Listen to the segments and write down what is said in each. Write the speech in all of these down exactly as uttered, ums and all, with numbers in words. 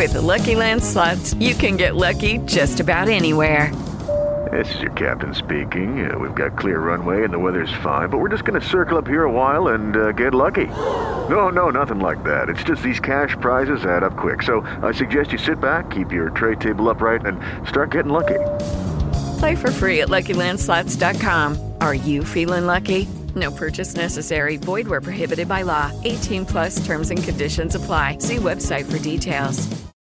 With the Lucky Land Slots, you can get lucky just about anywhere. This is your captain speaking. Uh, we've got clear runway and the weather's fine, but we're just going to circle up here a while and uh, get lucky. No, no, nothing like that. It's just these cash prizes add up quick. So I suggest you sit back, keep your tray table upright, and start getting lucky. Play for free at Lucky Land Slots dot com. Are you feeling lucky? No purchase necessary. Void where prohibited by law. eighteen plus terms and conditions apply. See website for details.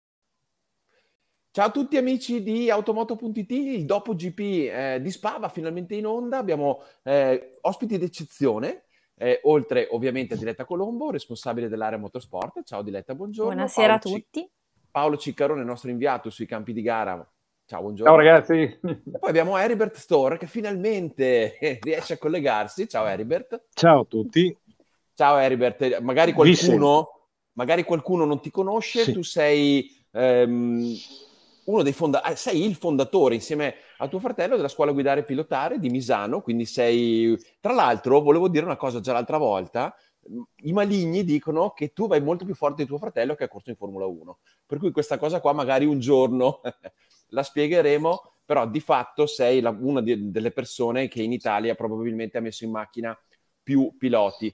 Ciao a tutti amici di Automoto punto it, il dopo G P eh, di Spa va finalmente in onda. Abbiamo eh, ospiti d'eccezione, eh, oltre ovviamente a Diletta Colombo, responsabile dell'area motorsport. Ciao Diletta, buongiorno. Buonasera Paolo a tutti. C- Paolo Ciccarone, nostro inviato sui campi di gara. Ciao, buongiorno. Ciao ragazzi. E poi abbiamo Heribert Store che finalmente riesce a collegarsi. Ciao Heribert. Ciao a tutti. Ciao Heribert, magari qualcuno, magari qualcuno non ti conosce, sì. Tu sei... Um, uno dei fonda- eh, sei il fondatore insieme a tuo fratello della scuola guidare e pilotare di Misano, quindi sei, tra l'altro volevo dire una cosa già l'altra volta, i maligni dicono che tu vai molto più forte di tuo fratello che ha corso in Formula uno, per cui questa cosa qua magari un giorno la spiegheremo, però di fatto sei la, una di, delle persone che in Italia probabilmente ha messo in macchina più piloti.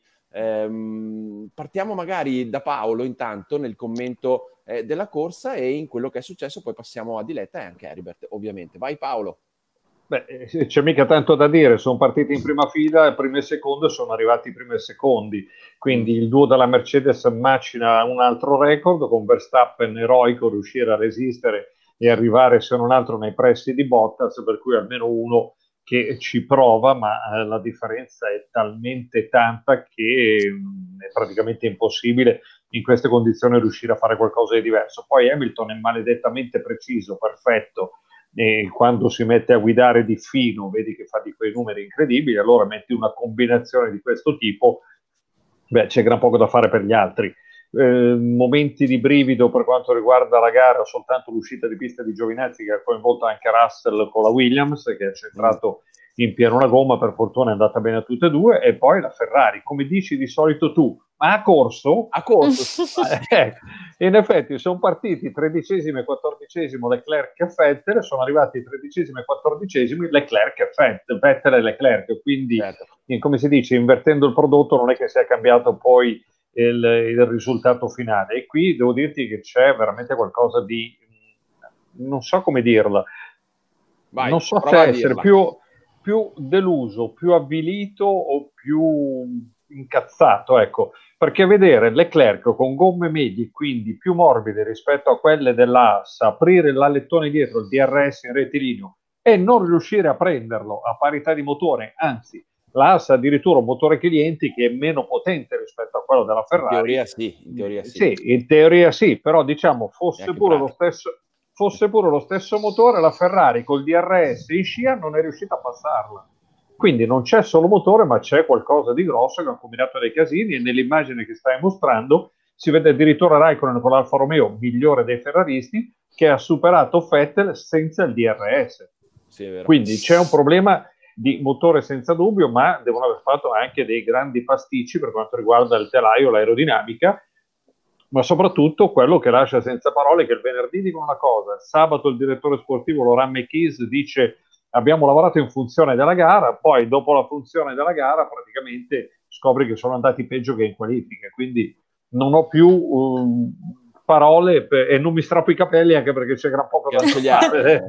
Ehm, partiamo magari da Paolo intanto nel commento eh, della corsa e in quello che è successo, poi passiamo a Diletta e anche a Heribert ovviamente. Vai Paolo. Beh, c'è mica tanto da dire, sono partiti in prima fila, primo e secondo sono arrivati primi e secondi, quindi il duo della Mercedes macina un altro record con Verstappen eroico riuscire a resistere e arrivare se non altro nei pressi di Bottas, per cui almeno uno che ci prova, ma eh, la differenza è talmente tanta che mh, è praticamente impossibile in queste condizioni riuscire a fare qualcosa di diverso. Poi Hamilton è maledettamente preciso, perfetto, e quando si mette a guidare di fino vedi che fa di quei numeri incredibili, allora metti una combinazione di questo tipo, beh, c'è gran poco da fare per gli altri. Eh, momenti di brivido per quanto riguarda la gara, soltanto l'uscita di pista di Giovinazzi che ha coinvolto anche Russell con la Williams che ha centrato in pieno una gomma, per fortuna è andata bene a tutte e due, e poi la Ferrari, come dici di solito tu, ma ha corso? Ha corso. eh, in effetti sono partiti tredicesimo e quattordicesimo Leclerc e Vettel, sono arrivati tredicesimo e quattordicesimo Leclerc e Vettel, Vettel e Leclerc, quindi certo. in, come si dice, invertendo il prodotto non è che sia cambiato poi il, il risultato finale, e qui devo dirti che c'è veramente qualcosa di, non so come dirla, Vai, non so se essere più, più deluso, più avvilito o più incazzato, ecco, perché vedere Leclerc con gomme medie, quindi più morbide rispetto a quelle dell'Haas, aprire l'alettone dietro, il D R S in rettilineo e non riuscire a prenderlo a parità di motore, anzi l'Haas ha addirittura un motore clienti che è meno potente rispetto a quello della Ferrari. In teoria sì, in teoria sì. Sì, in teoria sì, però diciamo fosse pure lo stesso fosse pure lo stesso motore, la Ferrari col D R S in scia non è riuscita a passarla. Quindi non c'è solo motore, ma c'è qualcosa di grosso che ha combinato dei casini, e nell'immagine che stai mostrando si vede addirittura Raikkonen con l'Alfa Romeo, migliore dei ferraristi, che ha superato Vettel senza il D R S. Sì, è vero. Quindi c'è un problema di motore senza dubbio, ma devono aver fatto anche dei grandi pasticci per quanto riguarda il telaio, l'aerodinamica, ma soprattutto quello che lascia senza parole, che il venerdì dicono una cosa, il sabato il direttore sportivo Laurent Mekies dice abbiamo lavorato in funzione della gara, poi dopo la funzione della gara praticamente scopri che sono andati peggio che in qualifica, quindi non ho più um, parole per, e non mi strappo i capelli, anche perché c'è gran poco da fare.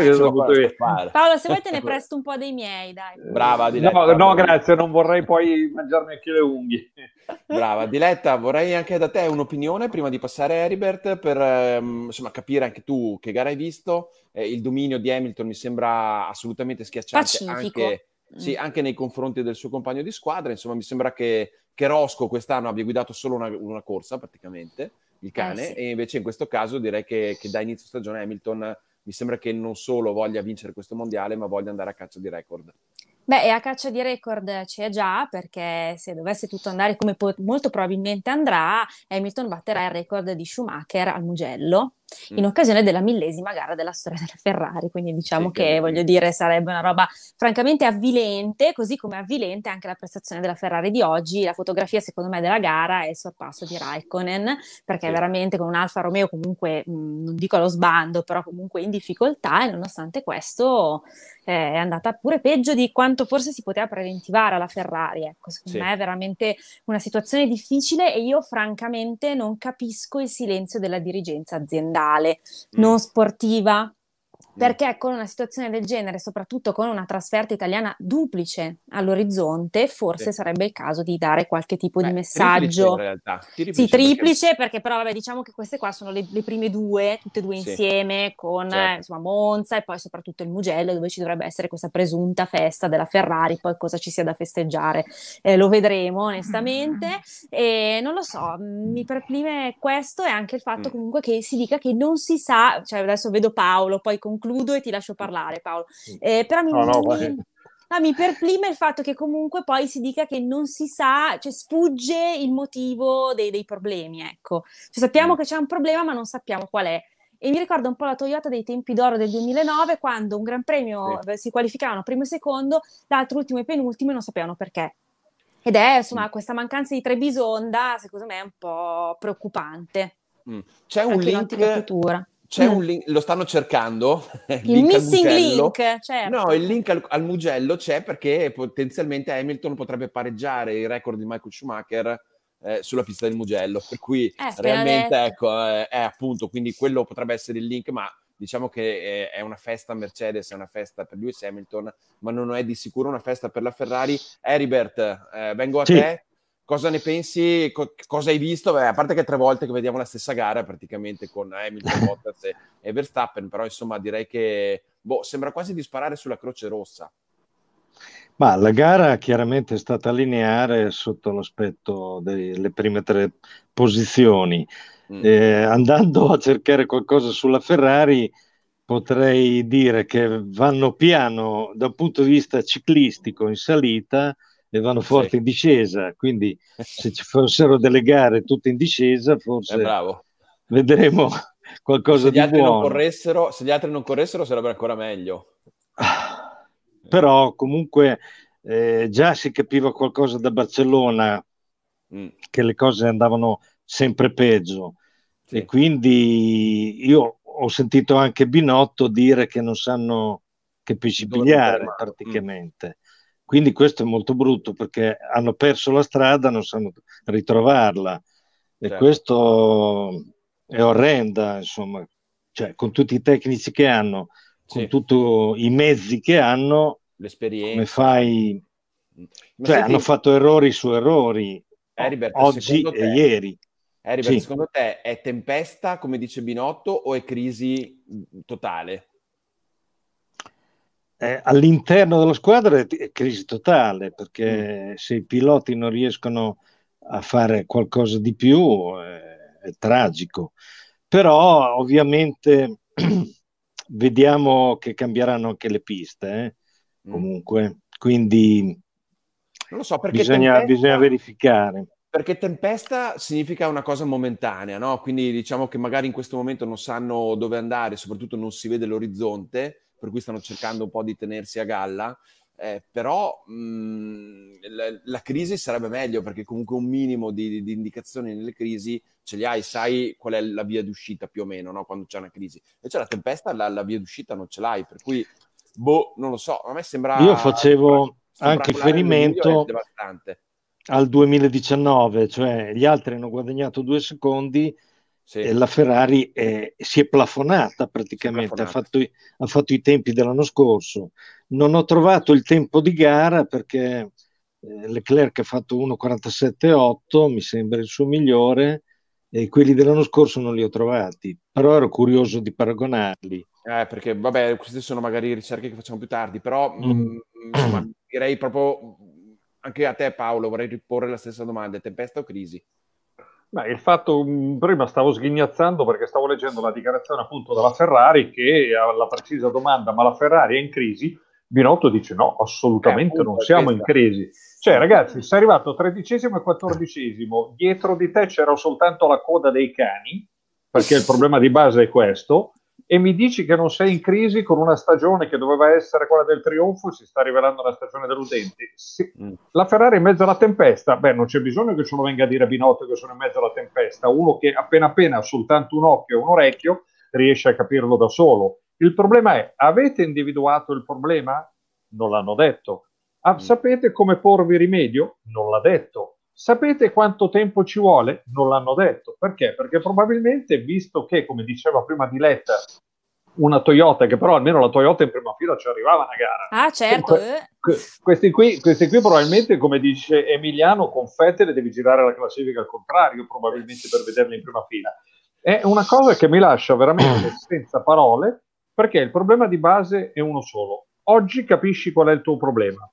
Paolo, se vuoi te ne presto un po' dei miei, dai. Brava Diletta. No, no, grazie, non vorrei poi mangiarmi anche le unghie. Brava Diletta, vorrei anche da te un'opinione prima di passare a Heribert per ehm, insomma capire anche tu che gara hai visto. Eh, il dominio di Hamilton mi sembra assolutamente schiacciante anche, mm. sì, anche nei confronti del suo compagno di squadra. Insomma, mi sembra che, che Roscoe quest'anno abbia guidato solo una, una corsa praticamente, il cane, eh, sì. E invece in questo caso direi che, che da inizio stagione Hamilton mi sembra che non solo voglia vincere questo mondiale, ma voglia andare a caccia di record. Beh, e a caccia di record c'è già, perché se dovesse tutto andare come po- molto probabilmente andrà, Hamilton batterà il record di Schumacher al Mugello, in occasione della millesima gara della storia della Ferrari, quindi diciamo Sì, che, che- voglio dire, sarebbe una roba francamente avvilente, così come avvilente anche la prestazione della Ferrari di oggi. La fotografia secondo me della gara è il sorpasso di Raikkonen, perché Sì. veramente con un Alfa Romeo comunque, mh, non dico allo sbando, però comunque in difficoltà, e nonostante questo eh, è andata pure peggio di quanto forse si poteva preventivare alla Ferrari. Ecco, secondo Sì. me è veramente una situazione difficile, e io francamente non capisco il silenzio della dirigenza aziendale, Mm. non sportiva, perché con una situazione del genere, soprattutto con una trasferta italiana duplice all'orizzonte, forse Sì. sarebbe il caso di dare qualche tipo di Beh, triplice in messaggio. realtà. Sì, Triplice perché- triplice, perché però vabbè, diciamo che queste qua sono le, le prime due, tutte e due Sì. insieme, con Certo. eh, insomma Monza e poi soprattutto il Mugello, dove ci dovrebbe essere questa presunta festa della Ferrari. Poi cosa ci sia da festeggiare eh, lo vedremo onestamente, e non lo so, mi perplime questo, e anche il fatto Mm. comunque che si dica che non si sa, cioè adesso vedo Paolo, poi concludo e ti lascio parlare, Paolo. Eh, però mi, No, no, mi- vai. no, mi perplime il fatto che comunque poi si dica che non si sa, cioè sfugge il motivo dei, dei problemi, ecco. Cioè, sappiamo Mm. che c'è un problema, ma non sappiamo qual è. E mi ricorda un po' la Toyota dei tempi d'oro del duemilanove, quando un Gran Premio Sì. eh, si qualificavano primo e secondo, l'altro ultimo e penultimo, e non sapevano perché. Ed è, insomma, questa mancanza di Trebisonda, secondo me, è un po' preoccupante. Mm. C'è un Anche in link, ottica futura. c'è Mm. un link, lo stanno cercando, il Il link al missing Mugello. link, certo. No, il link al, al Mugello c'è perché potenzialmente Hamilton potrebbe pareggiare il record di Michael Schumacher eh, sulla pista del Mugello, per cui Eh, appena realmente detto. ecco, eh, è appunto, quindi quello potrebbe essere il link, ma diciamo che è, è una festa Mercedes, è una festa per Lewis Hamilton, ma non è di sicuro una festa per la Ferrari. Heribert, eh, vengo a Sì. te. Cosa ne pensi? Co- cosa hai visto? Beh, a parte che tre volte che vediamo la stessa gara praticamente con Hamilton, Bottas e, e Verstappen, però insomma direi che boh, sembra quasi di sparare sulla Croce Rossa. Ma la gara chiaramente è stata lineare sotto l'aspetto delle prime tre posizioni. Mm. Eh, andando a cercare qualcosa sulla Ferrari, potrei dire che vanno piano dal punto di vista ciclistico in salita e vanno forte Sì. in discesa. Quindi, se ci fossero delle gare tutte in discesa, È forse bravo. vedremo qualcosa Se gli di altri non buono. corressero, se gli altri non corressero sarebbe ancora meglio. Però comunque eh, già si capiva qualcosa da Barcellona, Mm. che le cose andavano sempre peggio, Sì. e quindi io ho sentito anche Binotto dire che non sanno che pesci Dove pigliare mettere mano. praticamente. Quindi questo è molto brutto, perché hanno perso la strada, non sanno ritrovarla, e Certo. questo è orrenda, insomma, cioè, con tutti i tecnici che hanno, con Sì. tutti i mezzi che hanno, L'esperienza. come fai? Ma Cioè, senti, hanno fatto errori su errori Heribert, oggi secondo e te, ieri. Heribert, Sì. secondo te è tempesta, come dice Binotto, o è crisi mh, totale? Eh, all'interno della squadra è, è crisi totale, Mm. perché se i piloti non riescono a fare qualcosa di più eh, è tragico. Però ovviamente vediamo che cambieranno anche le piste, eh, Mm. comunque, quindi Non lo so, perché bisogna, tempesta, bisogna verificare. perché tempesta significa una cosa momentanea, no? Quindi diciamo che magari in questo momento non sanno dove andare, soprattutto non si vede l'orizzonte, per cui stanno cercando un po' di tenersi a galla. Eh, però mh, la, la crisi sarebbe meglio, perché comunque un minimo di, di indicazioni nelle crisi ce li hai, sai qual è la via d'uscita più o meno, no? Quando c'è una crisi. Invece la tempesta, la, la via d'uscita non ce l'hai, per cui, boh, non lo so, a me sembra... Io facevo anche Sovravolare il Vesuvio è riferimento devastante. al duemiladiciannove, cioè gli altri hanno guadagnato due secondi Sì, e la Ferrari è- si è plafonata si è praticamente, ha plafonata. fatto, i- ha fatto i tempi dell'anno scorso. Non ho trovato il tempo di gara perché eh, Leclerc ha fatto uno quarantasette otto, mi sembra il suo migliore, e quelli dell'anno scorso non li ho trovati, però ero curioso di paragonarli. Eh, perché, vabbè, queste sono magari ricerche che facciamo più tardi, però, Mm. mh, insomma, direi proprio, anche a te Paolo, vorrei riporre la stessa domanda, tempesta o crisi? Beh, il fatto, mh, prima stavo sghignazzando perché stavo leggendo la dichiarazione appunto della Ferrari, che alla precisa domanda: ma la Ferrari è in crisi? Binotto dice no, Eh, assolutamente non appunto, è siamo in questa. crisi. Cioè, ragazzi, sei arrivato tredicesimo e quattordicesimo, dietro di te c'era soltanto la coda dei cani, perché il problema di base è questo, e mi dici che non sei in crisi con una stagione che doveva essere quella del trionfo, si sta rivelando una stagione deludente. Sì. Mm. La Ferrari in mezzo alla tempesta, beh, non c'è bisogno che ce lo venga a dire Binotto che sono in mezzo alla tempesta, uno che appena appena ha soltanto un occhio e un orecchio riesce a capirlo da solo. Il problema è, avete individuato il problema? Non l'hanno detto. Ah, sapete come porvi rimedio? Non l'ha detto. Sapete quanto tempo ci vuole? Non l'hanno detto. Perché? Perché probabilmente, visto che, come diceva prima Diletta, una Toyota, che però almeno la Toyota in prima fila ci arrivava una gara. Ah, certo. Que- que- questi, qui, questi qui probabilmente, come dice Emiliano, con Vettel devi girare la classifica al contrario, probabilmente per vederli in prima fila. È una cosa che mi lascia veramente senza parole, perché il problema di base è uno solo. Oggi capisci qual è il tuo problema.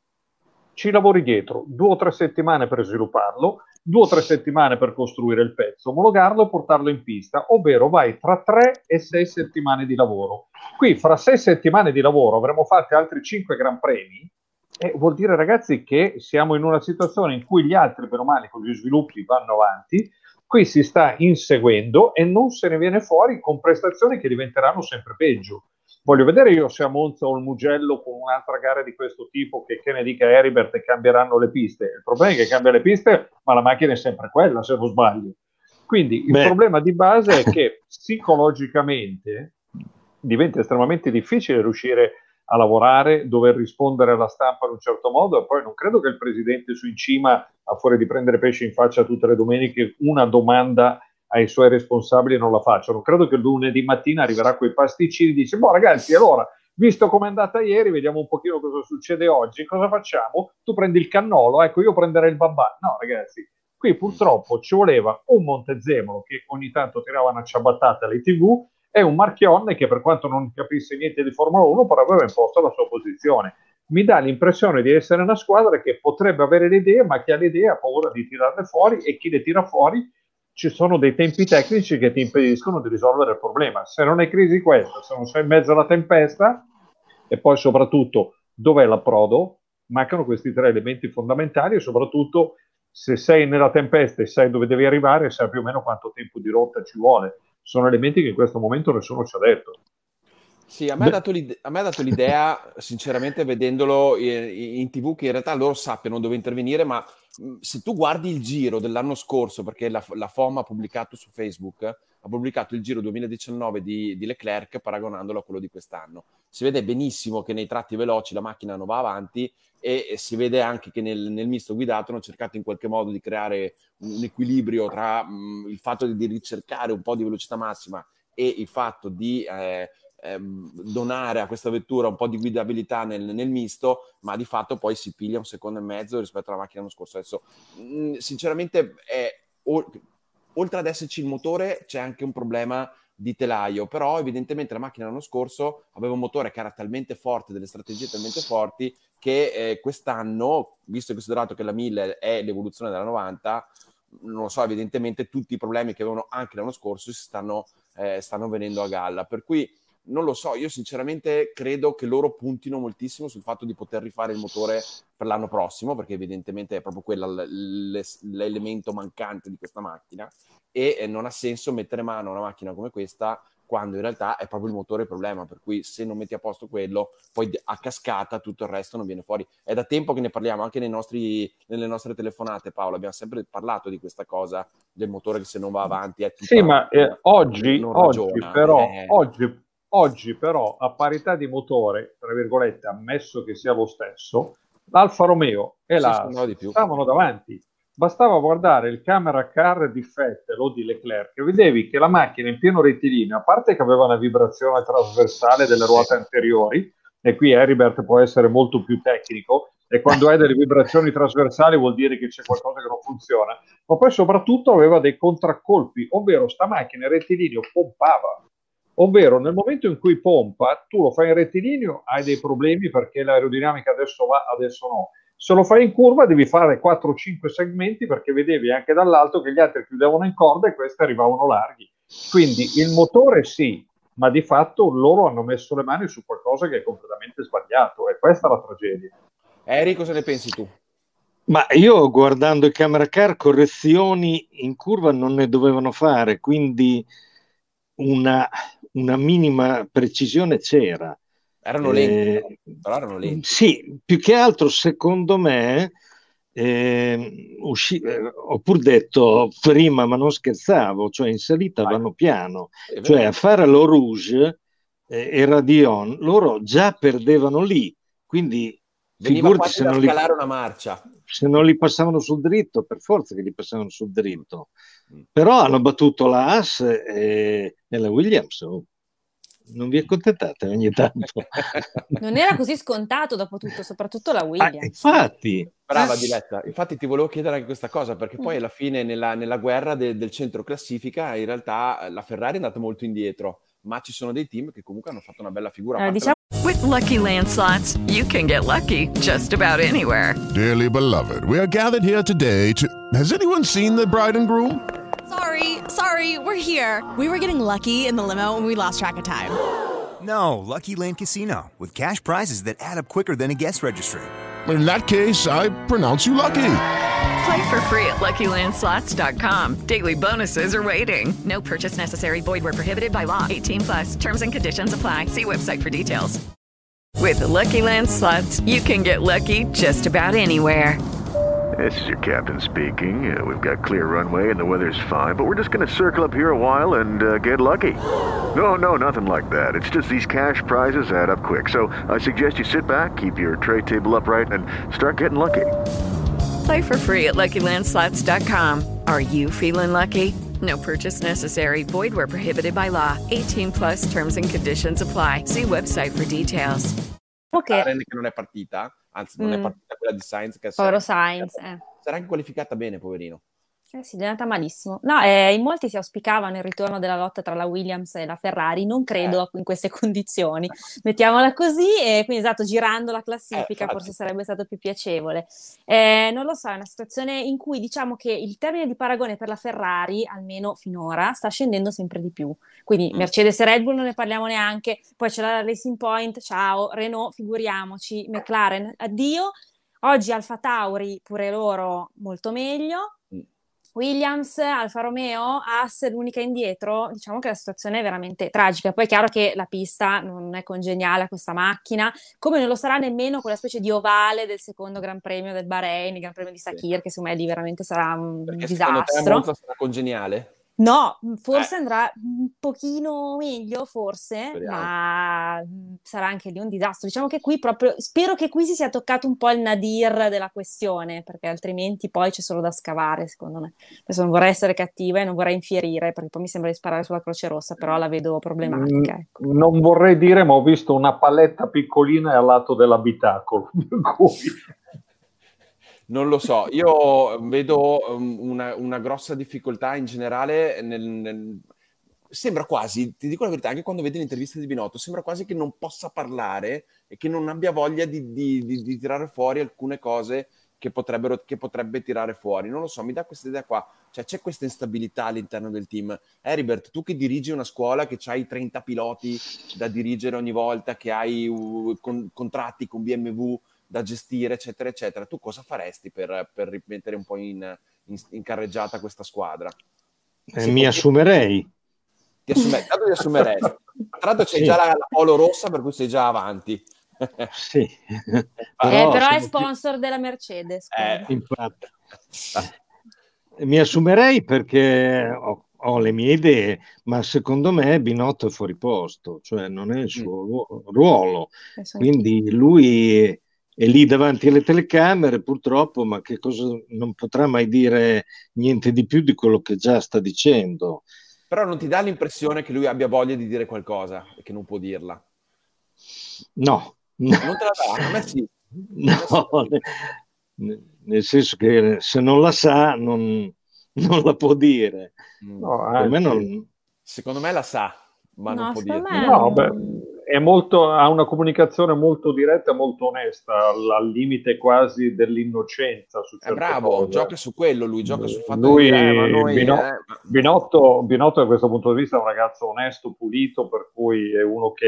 Ci lavori dietro due o tre settimane per svilupparlo, due o tre settimane per costruire il pezzo, omologarlo e portarlo in pista, ovvero vai tra tre e sei settimane di lavoro. Qui fra sei settimane di lavoro avremo fatto altri cinque gran premi, e vuol dire, ragazzi, che siamo in una situazione in cui gli altri, per male, con gli sviluppi vanno avanti, qui si sta inseguendo e non se ne viene fuori con prestazioni che diventeranno sempre peggio. Voglio vedere io se a Monza o il Mugello con un'altra gara di questo tipo, che, che ne dica Heribert, e cambieranno le piste. Il problema è che cambia le piste, ma la macchina è sempre quella, se non sbaglio. Quindi il Beh. problema di base è che psicologicamente diventa estremamente difficile riuscire a lavorare, dover rispondere alla stampa in un certo modo, e poi non credo che il presidente su in cima, a fuori di prendere pesce in faccia tutte le domeniche, una domanda ai suoi responsabili non la faccio. Non credo che lunedì mattina arriverà quei pasticcini e dice: boh ragazzi, allora, visto come è andata ieri, vediamo un pochino cosa succede oggi, cosa facciamo? Tu prendi il cannolo, ecco, io prenderei il babà. No ragazzi, qui purtroppo ci voleva un Montezemolo che ogni tanto tirava una ciabattata alle tv, e un Marchionne che, per quanto non capisse niente di Formula uno, però aveva imposto la sua posizione. Mi dà l'impressione di essere una squadra che potrebbe avere le idee, ma che ha le idee, ha paura di tirarle fuori, e chi le tira fuori ci sono dei tempi tecnici che ti impediscono di risolvere il problema. Se non è crisi questa, se non sei in mezzo alla tempesta, e poi soprattutto dov'è l'approdo, mancano questi tre elementi fondamentali, e soprattutto se sei nella tempesta e sai dove devi arrivare, sai più o meno quanto tempo di rotta ci vuole. Sono elementi che in questo momento nessuno ci ha detto. Sì, a me, ha dato a me ha dato l'idea, sinceramente, vedendolo in, in tv, che in realtà loro sappiano dove intervenire, ma se tu guardi il giro dell'anno scorso, perché la, la F O M ha pubblicato su Facebook, ha pubblicato il giro duemiladiciannove di, di Leclerc paragonandolo a quello di quest'anno. Si vede benissimo che nei tratti veloci la macchina non va avanti, e, e si vede anche che nel, nel misto guidato hanno cercato in qualche modo di creare un equilibrio tra mh, il fatto di, di ricercare un po' di velocità massima e il fatto di eh, ehm, donare a questa vettura un po' di guidabilità nel, nel misto, ma di fatto poi si piglia un secondo e mezzo rispetto alla macchina l'anno scorso. Adesso mh, sinceramente è, o, oltre ad esserci il motore c'è anche un problema di telaio, però evidentemente la macchina l'anno scorso aveva un motore che era talmente forte, delle strategie talmente forti, che eh, quest'anno, visto e considerato che la mille è l'evoluzione della novanta, non lo so, evidentemente tutti i problemi che avevano anche l'anno scorso si stanno, eh, stanno venendo a galla, per cui non lo so, io sinceramente credo che loro puntino moltissimo sul fatto di poter rifare il motore per l'anno prossimo, perché evidentemente è proprio quello l'elemento mancante di questa macchina, e eh, non ha senso mettere mano a una macchina come questa quando in realtà è proprio il motore il problema, per cui se non metti a posto quello, poi a cascata tutto il resto non viene fuori. È da tempo che ne parliamo, anche nei nostri, nelle nostre telefonate, Paolo, abbiamo sempre parlato di questa cosa del motore che se non va avanti è tutto. Sì, ma eh, oggi, oggi, però, eh. oggi, oggi però a parità di motore, tra virgolette, ammesso che sia lo stesso, l'Alfa Romeo e la stavano davanti. Bastava guardare il camera car di Vettel o di Leclerc e vedevi che la macchina in pieno rettilineo, a parte che aveva una vibrazione trasversale delle ruote anteriori, e qui Heribert può essere molto più tecnico, e quando hai delle vibrazioni trasversali vuol dire che c'è qualcosa che non funziona, ma poi soprattutto aveva dei contraccolpi, ovvero sta macchina in rettilineo pompava, ovvero nel momento in cui pompa, tu lo fai in rettilineo, hai dei problemi perché l'aerodinamica adesso va, adesso no. Se lo fai in curva devi fare quattro cinque segmenti, perché vedevi anche dall'alto che gli altri chiudevano in corda e questi arrivavano larghi. Quindi il motore sì, ma di fatto loro hanno messo le mani su qualcosa che è completamente sbagliato, e questa è la tragedia. Eri, cosa ne pensi tu? Ma io, guardando il camera car, correzioni in curva non ne dovevano fare, quindi una, una minima precisione c'era. Erano lenti, Eh, però erano lenti. Sì, più che altro secondo me, eh, usci- eh, ho pur detto prima, ma non scherzavo, cioè in salita Vai. vanno piano, È cioè vero. a fare lo Rouge eh, e Radion, loro già perdevano lì, quindi Veniva figurati quasi se da non li, scalare una marcia. se non li passavano sul dritto, per forza che li passavano sul dritto. Mm. Però hanno battuto la Haas e, e la Williams. Oh. Non vi accontentate ogni tanto? Non era così scontato dopo tutto, soprattutto la Ah, Williams. infatti, Brava Eh. Diletta, infatti ti volevo chiedere anche questa cosa, perché poi Mm. alla fine nella, nella guerra de- del centro classifica in realtà la Ferrari è andata molto indietro, ma ci sono dei team che comunque hanno fatto una bella figura. A Allora, parte diciamo With Lucky Land Slots, you can get lucky just about anywhere. Dearly beloved, we are gathered here today to... Has anyone seen the bride and groom? Sorry, sorry, we're here. We were getting lucky in the limo and we lost track of time. No, Lucky Land Casino, with cash prizes that add up quicker than a guest registry. In that case, I pronounce you lucky. Play for free at Lucky Land Slots dot com. Daily bonuses are waiting. No purchase necessary. Void where prohibited by law. eighteen plus. Terms and conditions apply. See website for details. With Lucky Land Slots, you can get lucky just about anywhere. This is your captain speaking. Uh, we've got clear runway and the weather's fine, but we're just going to circle up here a while and uh, get lucky. No, no, nothing like that. It's just these cash prizes add up quick. So I suggest you sit back, keep your tray table upright, and start getting lucky. Play for free at Lucky Land Slots dot com. Are you feeling lucky? No purchase necessary. Void where prohibited by law. eighteen plus terms and conditions apply. See website for details. che McLaren che non è partita, anzi non Mm. è partita quella di Sainz, che povero sarà, Sainz, eh. sarà anche qualificata bene, poverino. Eh sì, è andata malissimo. No, eh, in molti si auspicavano il ritorno della lotta tra la Williams e la Ferrari, non credo in queste condizioni, mettiamola così, e quindi esatto, girando la classifica Eh, forse sarebbe stato più piacevole. Eh, non lo so, è una situazione in cui diciamo che il termine di paragone per la Ferrari, almeno finora, sta scendendo sempre di più. Quindi Mm. Mercedes e Red Bull non ne parliamo neanche, poi c'è la Racing Point, ciao, Renault, figuriamoci, McLaren, addio. Oggi Alfa Tauri, pure loro, molto meglio. Mm. Williams, Alfa Romeo, Haas, l'unica indietro, diciamo che la situazione è veramente tragica. Poi è chiaro che la pista non è congeniale a questa macchina, come non lo sarà nemmeno quella specie di ovale del secondo Gran Premio del Bahrain, il Gran Premio di Sakir, che secondo me lì veramente sarà un Perché secondo te disastro. Monza sarà congeniale? No, forse Eh. andrà un pochino meglio, forse, Speriamo. ma mh, sarà anche lì un disastro. Diciamo che qui proprio, spero che qui si sia toccato un po' il nadir della questione, perché altrimenti poi c'è solo da scavare, secondo me. Adesso non vorrei essere cattiva e non vorrei infierire, perché poi mi sembra di sparare sulla Croce Rossa, però la vedo problematica, Mm, ecco. Non vorrei dire, ma ho visto una paletta piccolina al lato dell'abitacolo. per cui- Non lo so, io vedo um, una, una grossa difficoltà in generale nel, nel- Sembra quasi, ti dico la verità, anche quando vedi l'intervista di Binotto, sembra quasi che non possa parlare e che non abbia voglia di, di- di- di tirare fuori alcune cose che, potrebbero, che potrebbe tirare fuori. Non lo so, mi dà questa idea qua. Cioè c'è questa instabilità all'interno del team. Heribert, tu che dirigi una scuola, che hai trenta piloti da dirigere ogni volta, che hai uh, con- contratti con B M W da gestire, eccetera, eccetera. Tu cosa faresti per, per rimettere un po' in, in, in carreggiata questa squadra? eh, Sì, mi perché- assumerei. Ti assume- tanto ti assumeresti. Tra l'altro c'è Sì. già la, la polo rossa, per cui sei già avanti. Sì. Eh, Però però è sono più- sponsor della Mercedes. Eh. quindi. Infatti. Mi assumerei perché ho, ho le mie idee, ma secondo me Binotto è fuori posto, cioè non è il suo ruo- ruolo. Penso Quindi lui è, è lì davanti alle telecamere, purtroppo, ma che cosa non potrà mai dire niente di più di quello che già sta dicendo. Però non ti dà l'impressione che lui abbia voglia di dire qualcosa e che non può dirla? No, Non te la dà? A me sì. no, ne- nel senso che se non la sa non, non la può dire. Mm. No, Per me anzi. non, Secondo me la sa, ma No, non può secondo dirla. me- No, Mm. beh, è molto, ha una comunicazione molto diretta e molto onesta, al, al limite quasi dell'innocenza su È certe bravo, cose. gioca su quello lui, gioca sul fatto Lui, di dire, eh, ma noi... Bino- eh, Binotto, Binotto da questo punto di vista è un ragazzo onesto, pulito, per cui è uno che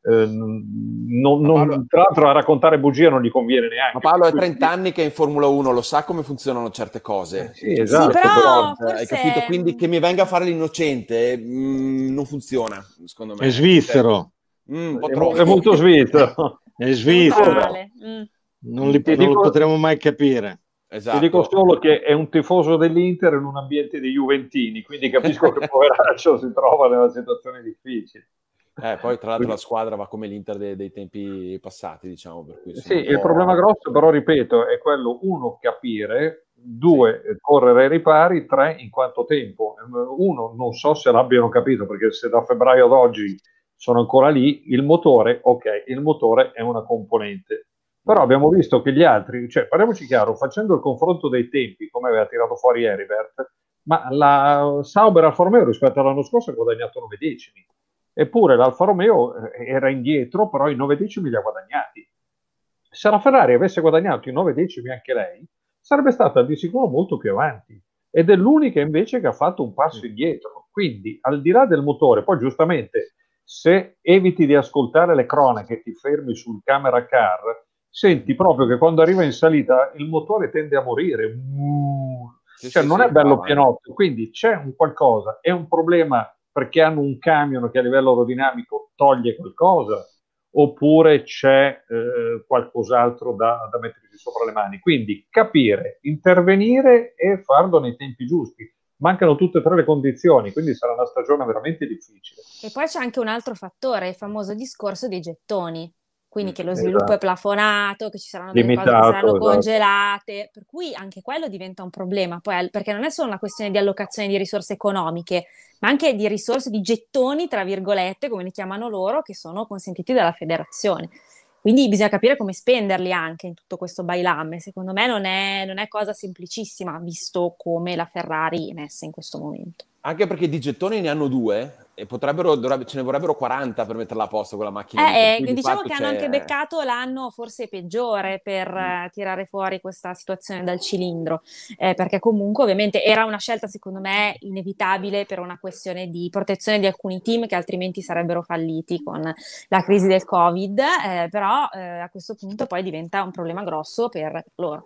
eh, non, non, Paolo, tra l'altro a raccontare bugie non gli conviene neanche. Ma Paolo è trenta anni che è in Formula uno, lo sa come funzionano certe cose. Eh, sì, esatto, sì, però, però, forse... hai capito? Quindi che mi venga a fare l'innocente mh, non funziona, secondo me. È svizzero. Mm, un po' è, troppo. è molto svizzero. È svizzero. Mm. Non, li, Ti non dico- lo potremo mai capire. Esatto. Ti dico solo che è un tifoso dell'Inter in un ambiente di juventini, quindi capisco che poveraccio si trova nella situazione difficile. Eh, poi tra l'altro la squadra va come l'Inter dei, dei tempi passati, diciamo. Per cui Sì, il problema grosso però, ripeto, è quello, uno, capire, due, sì. correre ai ripari, tre, in quanto tempo. Uno, non so se l'abbiano capito, perché se da febbraio ad oggi sono ancora lì, il motore, ok, il motore è una componente. Però abbiamo visto che gli altri, cioè parliamoci chiaro, facendo il confronto dei tempi, come aveva tirato fuori Heribert, ma la Sauber Alfa Romeo rispetto all'anno scorso ha guadagnato nove decimi. Eppure l'Alfa Romeo era indietro, però i nove decimi li ha guadagnati. Se la Ferrari avesse guadagnato i nove decimi anche lei, sarebbe stata di sicuro molto più avanti. Ed è l'unica invece che ha fatto un passo indietro. Quindi, al di là del motore, poi giustamente, se eviti di ascoltare le cronache e ti fermi sul camera car, senti proprio che quando arriva in salita il motore tende a morire. Sì, cioè sì, non sì, è bello brava, pienotto. Quindi c'è un qualcosa, è un problema perché hanno un camion che a livello aerodinamico toglie qualcosa, oppure c'è eh, qualcos'altro da, da metterci sopra le mani. Quindi capire, intervenire e farlo nei tempi giusti. Mancano tutte e tre le condizioni, quindi sarà una stagione veramente difficile. E poi c'è anche un altro fattore, il famoso discorso dei gettoni. Quindi che lo Esatto. sviluppo è plafonato, che ci saranno delle Limitato, cose che saranno esatto. congelate, per cui anche quello diventa un problema, poi, perché non è solo una questione di allocazione di risorse economiche, ma anche di risorse, di gettoni, tra virgolette, come li chiamano loro, che sono consentiti dalla federazione. Quindi bisogna capire come spenderli anche in tutto questo bailamme. Secondo me non è, non è cosa semplicissima, visto come la Ferrari è messa in questo momento. Anche perché di gettoni ne hanno due e potrebbero, dovrebbe, ce ne vorrebbero quaranta per metterla a posto quella macchina. Eh, lì, eh, diciamo di che hanno anche beccato l'anno forse peggiore per eh, tirare fuori questa situazione dal cilindro, eh, perché comunque ovviamente era una scelta secondo me inevitabile per una questione di protezione di alcuni team che altrimenti sarebbero falliti con la crisi del Covid, eh, però eh, a questo punto poi diventa un problema grosso per loro.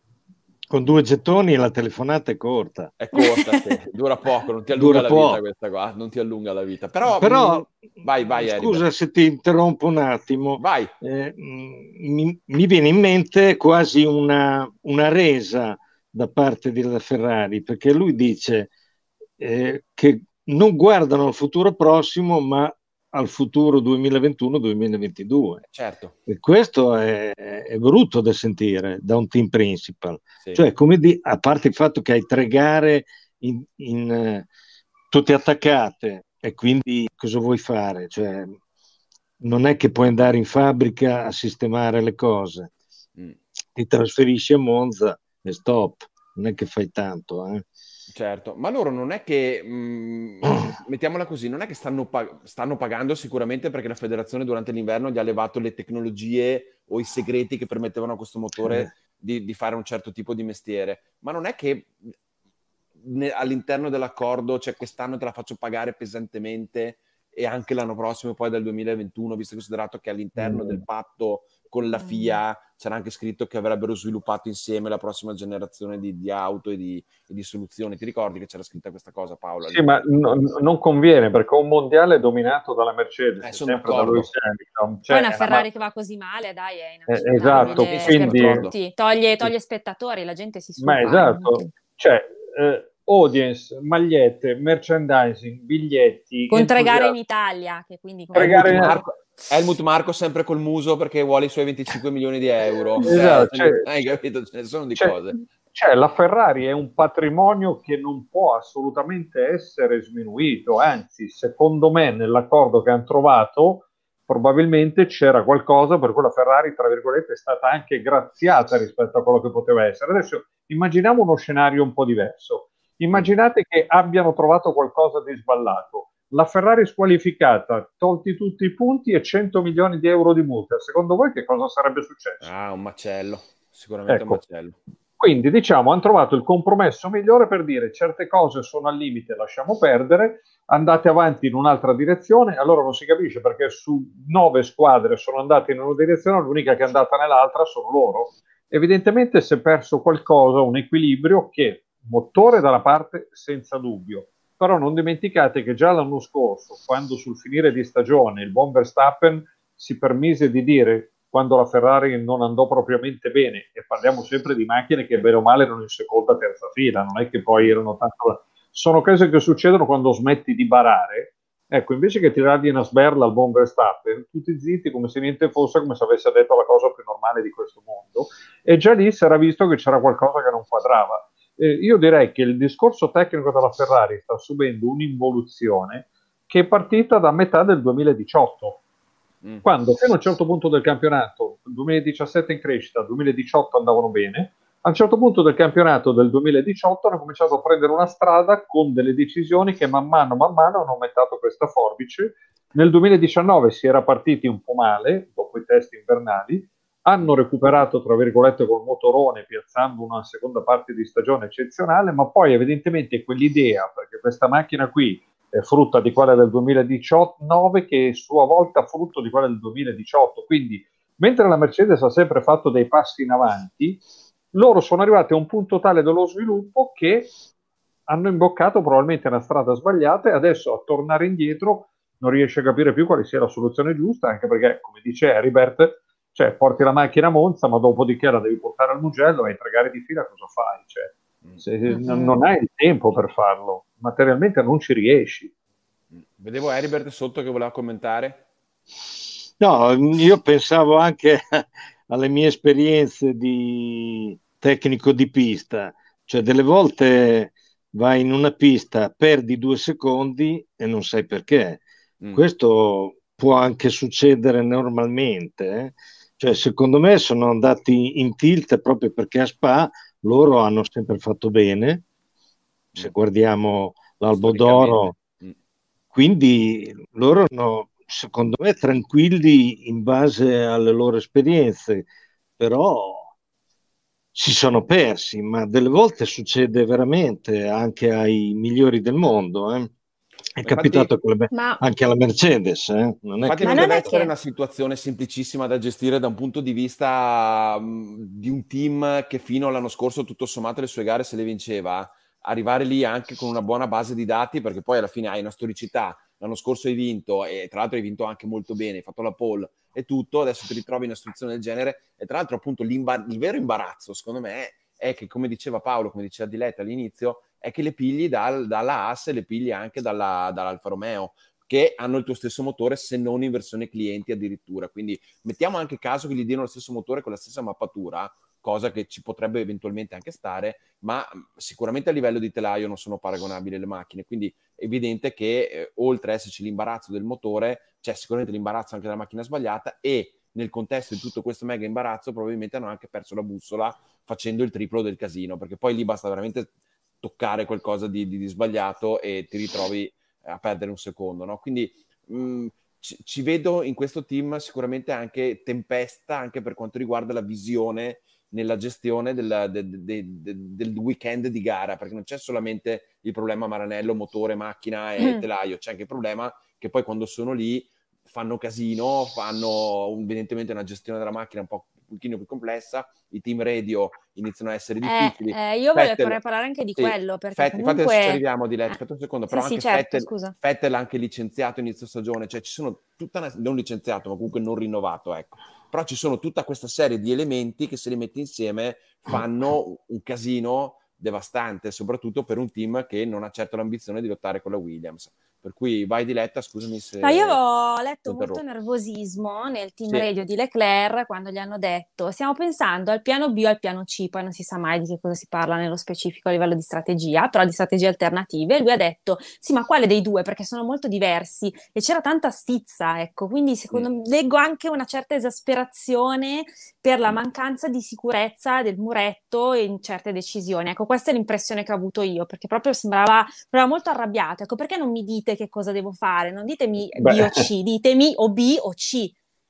Con due gettoni la telefonata è corta. È corta, sì. Dura poco, non ti allunga Dura la poco. vita questa qua, non ti allunga la vita. Però, Però mh, vai, vai, scusa Heribert. se ti interrompo un attimo. Vai. Eh, mi, mi viene in mente quasi una, una resa da parte della Ferrari, perché lui dice eh, che non guardano al futuro prossimo, ma al futuro duemilaventuno duemilaventidue. Certo. E questo è, è brutto da sentire da un team principal. Sì. Cioè, come di, a parte il fatto che hai tre gare in, in, eh, tutte attaccate, e quindi cosa vuoi fare? Cioè, non è che puoi andare in fabbrica a sistemare le cose. Mm. Ti trasferisci a Monza e stop. Non è che fai tanto, eh. Certo, ma loro non è che, mh, mettiamola così, non è che stanno, pag- stanno pagando sicuramente perché la federazione durante l'inverno gli ha levato le tecnologie o i segreti che permettevano a questo motore di, di fare un certo tipo di mestiere, ma non è che ne, all'interno dell'accordo, cioè quest'anno te la faccio pagare pesantemente e anche l'anno prossimo, poi dal duemilaventuno, visto e considerato che all'interno mm. del patto con la F I A c'era anche scritto che avrebbero sviluppato insieme la prossima generazione di, di auto e di, e di soluzioni. Ti ricordi che c'era scritta questa cosa, Paola? Sì, ma no, non conviene perché un mondiale dominato dalla Mercedes, eh, sempre da Lewis Hamilton. Cioè, poi una Ferrari ma... che va così male, dai, è inaccettabile. Eh, esatto, quindi... Toglie, toglie spettatori, la gente si stufa. Ma esatto, cioè... Eh, audience, magliette, merchandising, biglietti. Con tre gare in Italia, che quindi Helmut Marko, Helmut Marko sempre col muso perché vuole i suoi venticinque milioni di euro. Esatto, cioè, cioè, hai capito? Ce ne sono di cioè, cose. Cioè, la Ferrari è un patrimonio che non può assolutamente essere sminuito, anzi, secondo me, nell'accordo che hanno trovato, probabilmente c'era qualcosa per cui la Ferrari, tra virgolette, è stata anche graziata rispetto a quello che poteva essere. Adesso immaginiamo uno scenario un po' diverso. Immaginate che abbiano trovato qualcosa di sballato. La Ferrari squalificata, tolti tutti i punti e cento milioni di euro di multa. Secondo voi che cosa sarebbe successo? Ah, un macello. Sicuramente ecco, un macello. Quindi diciamo hanno trovato il compromesso migliore per dire certe cose sono al limite, lasciamo perdere, andate avanti in un'altra direzione. Allora non si capisce perché su nove squadre sono andate in una direzione, l'unica che è andata nell'altra sono loro. Evidentemente si è perso qualcosa, un equilibrio che motore da una parte senza dubbio, però non dimenticate che già l'anno scorso, quando sul finire di stagione il buon Verstappen si permise di dire, quando la Ferrari non andò propriamente bene, e parliamo sempre di macchine che bene o male erano in seconda, terza fila, non è che poi erano tanto... Sono cose che succedono quando smetti di barare. Ecco, invece che tirargli una sberla al buon Verstappen, tutti zitti come se niente fosse, come se avesse detto la cosa più normale di questo mondo, e già lì si era visto che c'era qualcosa che non quadrava. Eh, io direi che il discorso tecnico della Ferrari sta subendo un'involuzione che è partita da metà del duemiladiciotto, mm. quando fino a un certo punto del campionato, duemiladiciassette in crescita, duemiladiciotto andavano bene, a un certo punto del campionato del duemiladiciotto hanno cominciato a prendere una strada con delle decisioni che man mano, man mano hanno aumentato questa forbice. Nel duemiladiciannove si era partiti un po' male, dopo i test invernali, hanno recuperato, tra virgolette, col motorone, piazzando una seconda parte di stagione eccezionale, ma poi evidentemente quell'idea, perché questa macchina qui è frutta di quella del duemiladiciannove, che è sua volta frutto di quella del duemiladiciotto, quindi mentre la Mercedes ha sempre fatto dei passi in avanti, loro sono arrivati a un punto tale dello sviluppo che hanno imboccato probabilmente una strada sbagliata e adesso a tornare indietro non riesce a capire più quale sia la soluzione giusta, anche perché, come dice Heribert, cioè porti la macchina a Monza, ma dopodiché la devi portare al Mugello e hai tre gare di fila, cosa fai? Cioè, se mm-hmm. non, non hai il tempo per farlo, materialmente non ci riesci. Vedevo Heribert sotto che voleva commentare. No, io pensavo anche alle mie esperienze di tecnico di pista, cioè delle volte vai in una pista, perdi due secondi e non sai perché. Mm. Questo può anche succedere normalmente, eh? Cioè secondo me sono andati in tilt proprio perché a Spa loro hanno sempre fatto bene, se guardiamo l'Albo d'Oro, mm. quindi loro hanno, secondo me, tranquilli in base alle loro esperienze, però si sono persi, ma delle volte succede veramente anche ai migliori del mondo, eh? È infatti, capitato ma... anche alla Mercedes, eh? non è infatti che... non deve essere che... una situazione semplicissima da gestire da un punto di vista um, di un team che fino all'anno scorso tutto sommato le sue gare se le vinceva, arrivare lì anche con una buona base di dati, perché poi alla fine hai una storicità. L'anno scorso hai vinto e tra l'altro hai vinto anche molto bene, hai fatto la pole e tutto, adesso ti ritrovi in una situazione del genere e tra l'altro appunto il vero imbarazzo secondo me è che, come diceva Paolo, come diceva Diletta all'inizio, è che le pigli dal, dalla Haas e le pigli anche dalla, dall'Alfa Romeo, che hanno il tuo stesso motore se non in versione clienti addirittura, quindi mettiamo anche caso che gli diano lo stesso motore con la stessa mappatura, cosa che ci potrebbe eventualmente anche stare, ma sicuramente a livello di telaio non sono paragonabili le macchine, quindi è evidente che eh, oltre ad esserci l'imbarazzo del motore, c'è sicuramente l'imbarazzo anche della macchina sbagliata e nel contesto di tutto questo mega imbarazzo probabilmente hanno anche perso la bussola facendo il triplo del casino, perché poi lì basta veramente toccare qualcosa di, di, di sbagliato e ti ritrovi a perdere un secondo, no? Quindi mh, ci, ci vedo in questo team sicuramente anche tempesta, anche per quanto riguarda la visione nella gestione del, de, de, de, del weekend di gara, perché non c'è solamente il problema Maranello, motore, macchina e mm. telaio, c'è anche il problema che poi quando sono lì fanno casino, fanno evidentemente una gestione della macchina un po' un pochino più complessa, i team radio iniziano a essere difficili. Eh, eh, io Vettel, vorrei parlare anche di sì, quello, perché Vettel, comunque... Infatti adesso ci arriviamo di lei, aspetta un secondo, però sì, anche sì, certo, Vettel, scusa. Vettel anche licenziato inizio stagione, cioè ci sono tutta una... non licenziato, ma comunque non rinnovato, ecco. Però ci sono tutta questa serie di elementi che se li metti insieme fanno un casino devastante, soprattutto per un team che non ha certo l'ambizione di lottare con la Williams. Per cui vai Diletta, scusami se... No, io ho letto molto nervosismo nel team sì. radio di Leclerc quando gli hanno detto stiamo pensando al piano B o al piano C, poi non si sa mai di che cosa si parla nello specifico a livello di strategia, però di strategie alternative, e lui ha detto sì, ma quale dei due? Perché sono molto diversi e c'era tanta stizza, ecco, quindi secondo mm. me leggo anche una certa esasperazione per la mancanza di sicurezza del muretto in certe decisioni, ecco, questa è l'impressione che ho avuto io, perché proprio sembrava, sembrava molto arrabbiato, ecco, perché non mi dite che cosa devo fare, non ditemi Beh. B o C, ditemi o B o C.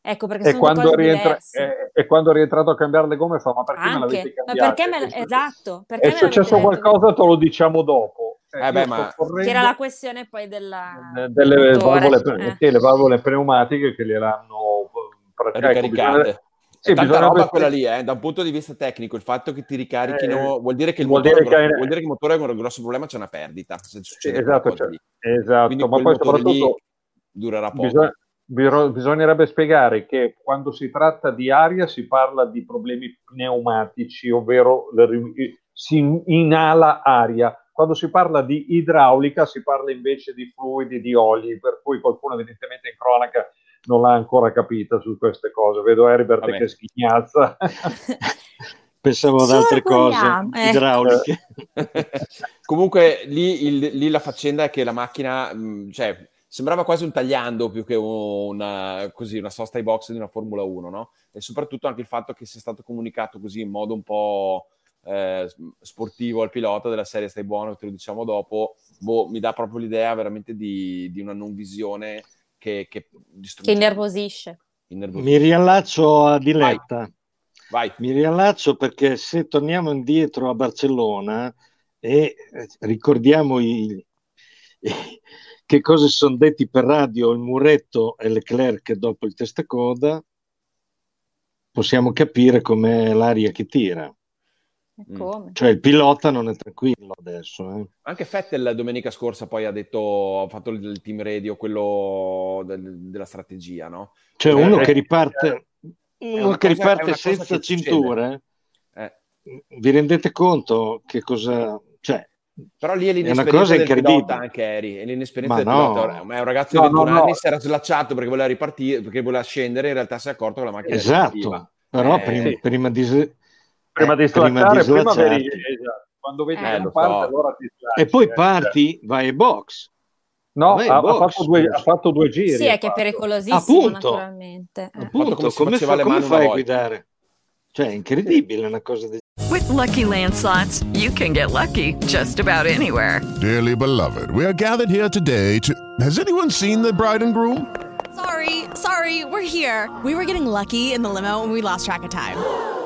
Ecco, perché E sono due quando, cose rientra, diverse. e, e quando è rientrato a cambiare le gomme fa: ma perché me Anche, l'avete ma cambiate? perché me l- È, esatto, perché è me l'avete successo detto? qualcosa, te lo diciamo dopo. Eh, Eh beh, io sto ma Che era correndo la questione poi della, eh, del delle valvole, motore. Eh. sì, le valvole pneumatiche che gliel'hanno ecco, bisogna, ricaricate. È sì, tanta roba bisognerebbe quella lì, eh, da un punto di vista tecnico. Il fatto che ti eh, ricarichino vuol dire che il vuol motore, dire è grosso, che vuol dire che il motore è un grosso problema, c'è una perdita se sì, succede quella esatto, cosa cioè, lì. esatto, Quindi ma quel poi motore lì soprattutto durerà poco. bisogna, biro- bisognerebbe spiegare che quando si tratta di aria si parla di problemi pneumatici, ovvero le ri- si inala aria. Quando si parla di idraulica si parla invece di fluidi, di oli, per cui qualcuno evidentemente in cronaca non l'ha ancora capita su queste cose. Vedo Herbert Vabbè. che sghignazza. Pensavo ad altre cose Sorvoliamo, ecco. idrauliche. Comunque lì, il- lì la faccenda è che la macchina, mh, cioè, sembrava quasi un tagliando più che una, così, una sosta ai box di una Formula uno, no? E soprattutto anche il fatto che sia stato comunicato così in modo un po' eh, sportivo al pilota della serie stai buono, te lo diciamo dopo, boh, mi dà proprio l'idea veramente di, di una non visione che, che distrugge Che tutto. innervosisce. Innervosisce. Mi riallaccio a Diletta. Vai. Mi riallaccio perché se torniamo indietro a Barcellona e eh, ricordiamo i, che cosa sono detti per radio il Muretto e Leclerc dopo il testacoda, possiamo capire com'è l'aria che tira. Come? Cioè il pilota non è tranquillo adesso. Eh. Anche Vettel domenica scorsa poi ha detto, ha fatto il team radio, quello del- della strategia, no? Cioè Cioè, uno è- che riparte, è uno una che cosa- è riparte una cosa senza che succede. cinture, Eh. vi rendete conto che cosa... Cioè, Però lì è è una l'inesperienza cosa del pilota incredibile. anche, Eri. È l'inesperienza Ma del pilota. no. Ma è un ragazzo No, di ventuno no, no. anni, si era slacciato perché voleva ripartire, perché voleva scendere, in realtà si è accorto che la macchina ripartiva. Esatto, però Eh, prima, sì. prima di... s- Prima eh, di prima di slacciare, prima veri, slacciarti. esatto. Quando vedi Eh, che lo non parte, so. allora ti slacci. E poi eh. parti, vai ai box. No, Vai ha, ai ha box, fatto due, ha scusa. fatto due giri. Sì, ha è che è fatto. pericolosissimo, Appunto. naturalmente. Eh. Fatto Appunto, come si come, faceva fa- le come mani una fai a volta. guidare? Cioè, è incredibile una cosa del With Lucky Land Slots, you can get lucky just about anywhere. Dearly beloved, we are gathered here today to... Has anyone seen the bride and groom? Sorry, sorry, we're here. We were getting lucky in the limo and we lost track of time.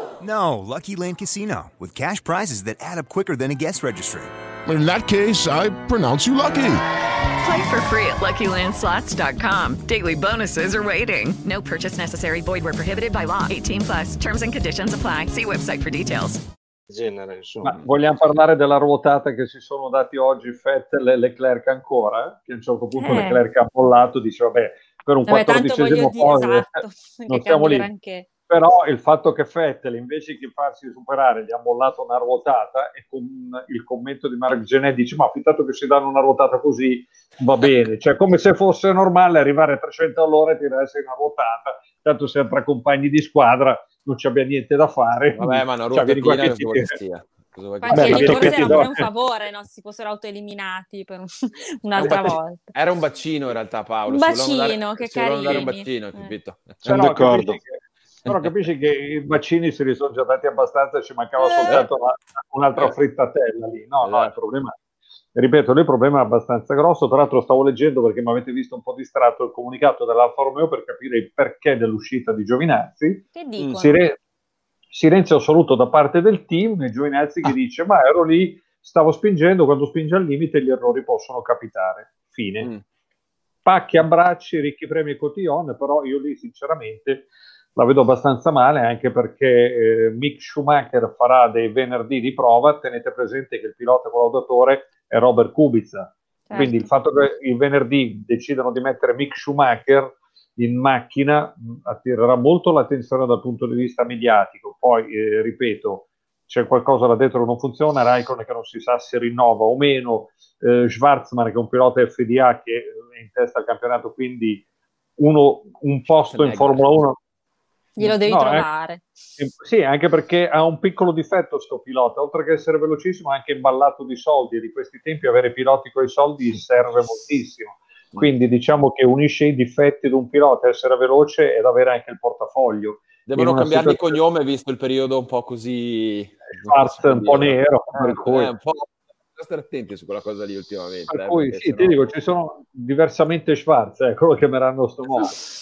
No, Lucky Land Casino, with cash prizes that add up quicker than a guest registry. In that case, I pronounce you lucky. Play for free at lucky land slots dot com. Daily bonuses are waiting. No purchase necessary. Void where prohibited by law. eighteen plus. Terms and conditions apply. See website for details. genere, insomma. Ma vogliamo parlare della ruotata che si sono dati oggi Vettel e Leclerc ancora? Che a un certo punto Eh. Leclerc ha bollato, dice vabbè, per un Vabbè, tanto quattordicesimo voglio dire, posto esatto, non che siamo cambia lì. granché. Però il fatto che Vettel invece che farsi superare gli ha mollato una ruotata e con il commento di Marc Genet dice ma dato che si danno una ruotata così va bene, cioè come se fosse normale arrivare a trecento all'ora e tirarsi una vuotata, tanto siamo tra compagni di squadra, non ci abbia niente da fare. Vabbè, ma una Cioè, vieni qua ruotatina che cosa ti- vuoi che sia? Cosa vuoi che Anche Beh, sia? lì ma forse perché era ti pure do- un favore, no? Si fossero autoeliminati per un- Era un un'altra bac- volta. Era un bacino in realtà, Paolo. Un si volevano bacino, dare- che si volevano dare un carini. bacino, Eh. capito? Sono Però d'accordo. capisci, che, però capisci che i vaccini se li sono già dati abbastanza, ci mancava Eh. soltanto una- un'altra Eh. frittatella lì. No, no, il Esatto. problema, ripeto, lì il problema è abbastanza grosso. Tra l'altro stavo leggendo, perché mi avete visto un po' distratto, il comunicato dell'Alfa Romeo per capire il perché dell'uscita di Giovinazzi. Che dicono? Sire- silenzio assoluto da parte del team, e Giovinazzi che dice ma ero lì, stavo spingendo, quando spinge al limite gli errori possono capitare. Fine. Mm. Pacchi, abbracci, ricchi premi e cotillon, però io lì sinceramente la vedo abbastanza male, anche perché eh, Mick Schumacher farà dei venerdì di prova. Tenete presente che il pilota collaudatore è Robert Kubica, Certo. quindi il fatto che il venerdì decidano di mettere Mick Schumacher in macchina mh, attirerà molto l'attenzione dal punto di vista mediatico. Poi eh, ripeto, c'è qualcosa là dentro che non funziona, Raikkonen che non si sa se rinnova o meno, eh, Schwarzman che è un pilota F D A che è in testa al campionato, quindi uno, un posto in Formula uno Glielo devi no, trovare. eh, sì, anche perché ha un piccolo difetto sto pilota, oltre che essere velocissimo, è anche imballato di soldi, e di questi tempi avere piloti con i soldi serve moltissimo. Quindi diciamo che unisce i difetti di un pilota, essere veloce ed avere anche il portafoglio. Devono In una cambiargli situazione- cognome visto il periodo un po' così... Schwarz un po' nero, Eh, per cui- eh, un po'... Bisogna stare attenti su quella cosa lì ultimamente. Per eh, cui perché sì, sennò- ti dico, ci sono diversamente Schwarz, eh, quello che chiameranno sto modo.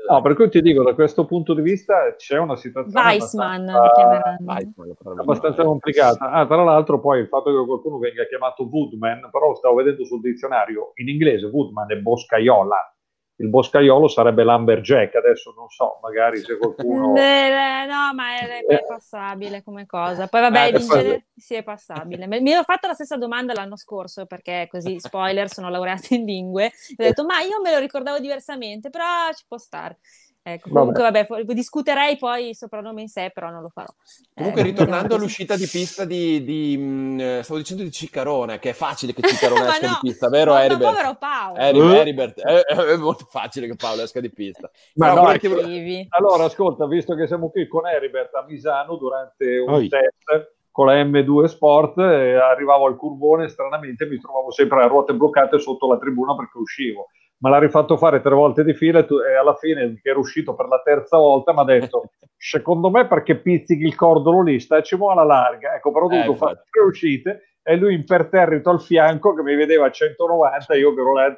No, per cui ti dico, da questo punto di vista c'è una situazione Weissman, abbastanza, abbastanza complicata. Ah, tra l'altro poi il fatto che qualcuno venga chiamato Woodman, però stavo vedendo sul dizionario, in inglese Woodman è boscaiola. Il boscaiolo sarebbe l'Amberjack, adesso non so, magari se qualcuno... Eh, no, ma è, è passabile come cosa. Poi vabbè, Eh, in genere sì, è passabile. Mi mi ho fatto la stessa domanda l'anno scorso, perché così, spoiler, sono laureata in lingue. Ho detto, ma io me lo ricordavo diversamente, però ci può stare. Ecco, comunque vabbè, vabbè discuterei poi il soprannome in sé, però non lo farò. Comunque eh, ritornando all'uscita di pista di, di mh, stavo dicendo di Ciccarone, che è facile che Ciccarone esca no, di pista, vero ma Heribert? povero Paolo. Heribert, Heribert è, è molto facile che Paolo esca di pista. Ma no, ti... Allora ascolta, visto che siamo qui con Heribert a Misano durante un Oi. test con la M due Sport, eh, arrivavo al curvone e stranamente mi trovavo sempre a ruote bloccate sotto la tribuna perché uscivo. Ma l'ha rifatto fare tre volte di fila e, tu, e alla fine, che era uscito per la terza volta, mi ha detto secondo me perché pizzichi il cordolo lì, stacimo alla larga. Ecco, però ho dovuto eh, fare tre uscite e lui imperterrito al fianco che mi vedeva a centonovanta, io che ero là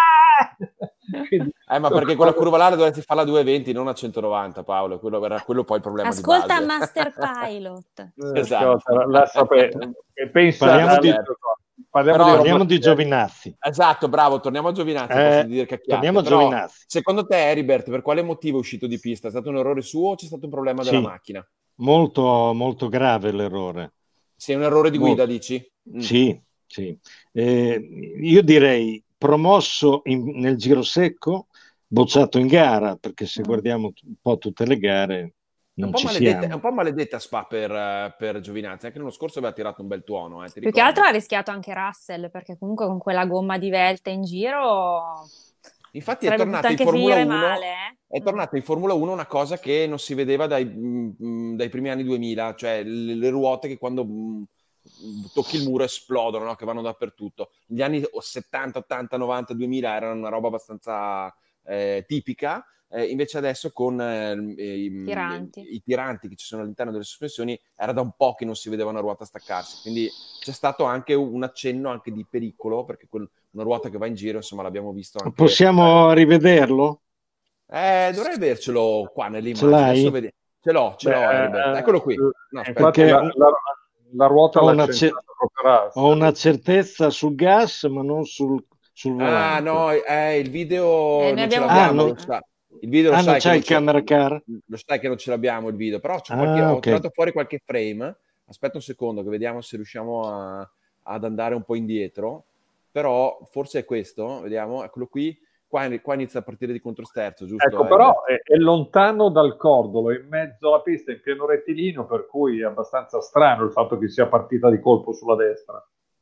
ah! Quindi, eh, ma perché quella curva là dovresti farla a due venti, non a centonovanta, Paolo, quello era quello poi il problema. Ascolta di base. Master Pilot. Esatto. La sape... Pensa parliamo di... Parliamo, Però, di, parliamo di Giovinazzi. Esatto, bravo, torniamo a Giovinazzi. Eh, posso dire cacchiate. Torniamo a Però, Giovinazzi. Secondo te, Heribert, per quale motivo è uscito di pista? È stato un errore suo o c'è stato un problema sì, della macchina? Molto, molto grave l'errore. Sì, un errore di guida, molto. dici? Mm. Sì, sì. Eh, io direi promosso in, nel giro secco, bocciato in gara, perché se guardiamo un po' tutte le gare... È un, è un po' maledetta Spa per, per Giovinazzi, anche l'anno scorso aveva tirato un bel tuono. Eh, Più che altro ha rischiato anche Russell, perché comunque con quella gomma di Velta in giro... Infatti è tornata, in Formula uno, male, eh? è tornata in Formula uno una cosa che non si vedeva dai, mh, dai primi anni duemila, cioè le, le ruote che quando mh, tocchi il muro esplodono, no? Che vanno dappertutto. Gli anni settanta, ottanta, novanta, duemila erano una roba abbastanza eh, tipica. Eh, invece adesso con eh, i, tiranti. I, i tiranti che ci sono all'interno delle sospensioni era da un po' che non si vedeva una ruota staccarsi, quindi c'è stato anche un accenno anche di pericolo, perché quel, una ruota che va in giro, insomma, l'abbiamo visto anche... Possiamo eh, rivederlo? Eh, dovrei avercelo qua nell'immagine. Ce l'hai? Adesso vedi... Ce l'ho, ce l'ho, Beh, eccolo qui. No, infatti la, la, la ruota ho l'ha una, cer- ho una certezza sul gas, ma non sul, sul volante. Ah, no, eh, il video eh, non ce l'abbiamo... l'abbiamo, ah, lo sa. Il video lo ah, sai non c'è il camera car? Lo sai che non ce l'abbiamo il video, però c'è ah, qualche... okay. ho tirato fuori qualche frame. Aspetta un secondo che vediamo se riusciamo a... ad andare un po' indietro. Però forse è questo, vediamo, eccolo qui. Qua, qua inizia a partire di controsterzo, giusto? Ecco, eh, però è, è lontano dal cordolo, in mezzo alla pista, in pieno rettilineo, per cui è abbastanza strano il fatto che sia partita di colpo sulla destra.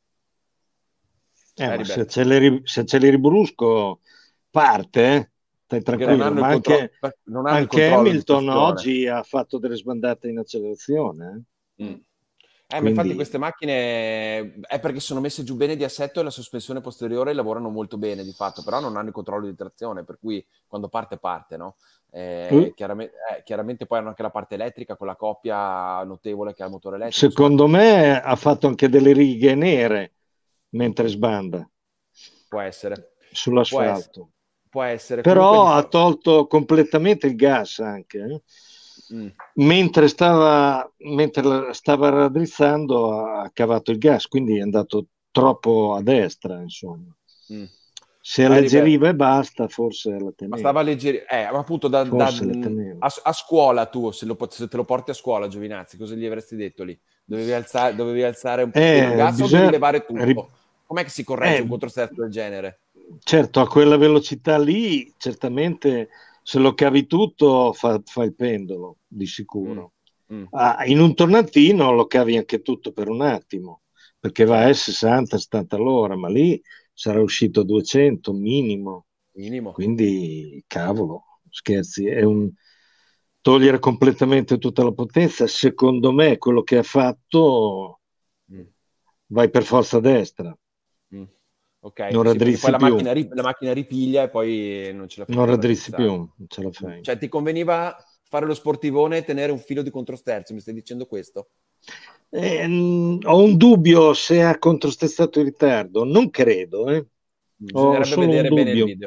Eh, ma se acceleri, se acceleri brusco parte, eh? Stai tranquillo, ma anche, non anche Hamilton oggi ha fatto delle sbandate in accelerazione. Eh? Mm. Eh, Quindi... ma infatti queste macchine è perché sono messe giù bene di assetto e la sospensione posteriore lavorano molto bene di fatto, però non hanno il controllo di trazione, per cui quando parte parte, no? Eh, mm. chiaramente, eh, chiaramente poi hanno anche la parte elettrica con la coppia notevole che ha il motore elettrico. Secondo insomma. me ha fatto anche delle righe nere mentre sbanda. Può essere. Sull'asfalto. Può essere. Può essere. Però ha tolto completamente il gas anche. Eh? Mm. Mentre stava mentre stava raddrizzando ha cavato il gas, quindi è andato troppo a destra, insomma. Mm. Se alleggeriva e basta, forse la teneva. Ma stava alleggerire, eh, ma appunto da, da, a, a scuola tu, se, lo, se te lo porti a scuola Giovinazzi, cosa gli avresti detto lì? Dovevi alzare, dovevi alzare un po' eh, il gas bisogna... o dovevi levare tutto? Ri... Com'è che si corregge eh, un controsterzo del genere? Certo, a quella velocità lì, certamente se lo cavi tutto fa, fa il pendolo, di sicuro. Mm. Mm. Ah, in un tornantino lo cavi anche tutto per un attimo, perché va a sessanta settanta all'ora, ma lì sarà uscito a duecento minimo. Minimo. Quindi, cavolo, scherzi, è un togliere completamente tutta la potenza. Secondo me, quello che ha fatto, mm. vai per forza a destra. Mm. Ok, non sì, raddrizzi poi la più. macchina, la macchina ripiglia e poi non ce la fai. Non raddrizzi più, non ce la fai. Cioè, ti conveniva fare lo sportivone e tenere un filo di controsterzo, mi stai dicendo questo? Eh, mh, ho un dubbio se ha controstezzato in ritardo, non credo. Eh. Bisognerebbe vedere bene il video.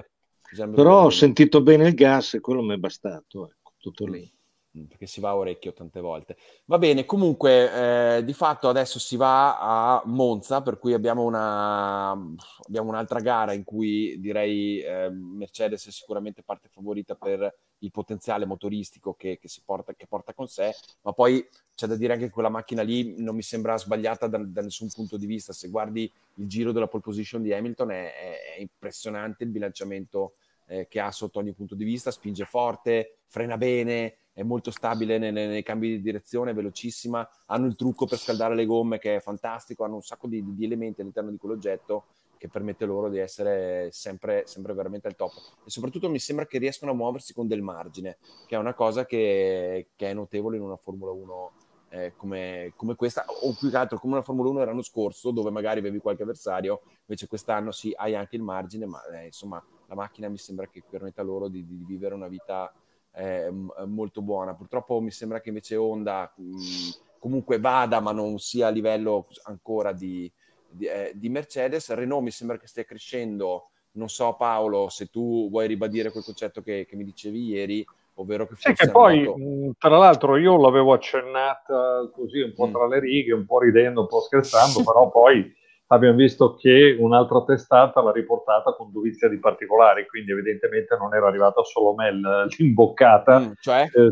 Però ho sentito bene il gas e quello mi è bastato, ecco, tutto lì. Perché si va a orecchio tante volte. Va bene, comunque eh, di fatto adesso si va a Monza, per cui abbiamo, una, abbiamo un'altra gara in cui direi eh, Mercedes è sicuramente parte favorita per il potenziale motoristico che, che, si porta, che porta con sé, ma poi c'è da dire anche che quella macchina lì non mi sembra sbagliata da, da nessun punto di vista. Se guardi il giro della pole position di Hamilton è, è, è impressionante il bilanciamento eh, che ha sotto ogni punto di vista, spinge forte, frena bene, è molto stabile nei, nei cambi di direzione, è velocissima, hanno il trucco per scaldare le gomme che è fantastico, hanno un sacco di, di elementi all'interno di quell'oggetto che permette loro di essere sempre, sempre veramente al top, e soprattutto mi sembra che riescono a muoversi con del margine, che è una cosa che, che è notevole in una Formula uno eh, come, come questa, o più che altro come una Formula uno l'anno scorso, dove magari avevi qualche avversario, invece quest'anno sì, hai anche il margine, ma eh, insomma la macchina mi sembra che permetta loro di, di vivere una vita eh, molto buona. Purtroppo mi sembra che invece Honda mh, comunque vada, ma non sia a livello ancora di, di, eh, di Mercedes. Renault mi sembra che stia crescendo, non so Paolo se tu vuoi ribadire quel concetto che, che mi dicevi ieri, ovvero che forse sì, che poi mh, tra l'altro io l'avevo accennata così un po' mm. tra le righe, un po' ridendo, un po' scherzando, però poi abbiamo visto che un'altra testata l'ha riportata con dovizia di particolari, quindi evidentemente non era arrivata solo Mel l'imboccata. Mm, cioè? Eh,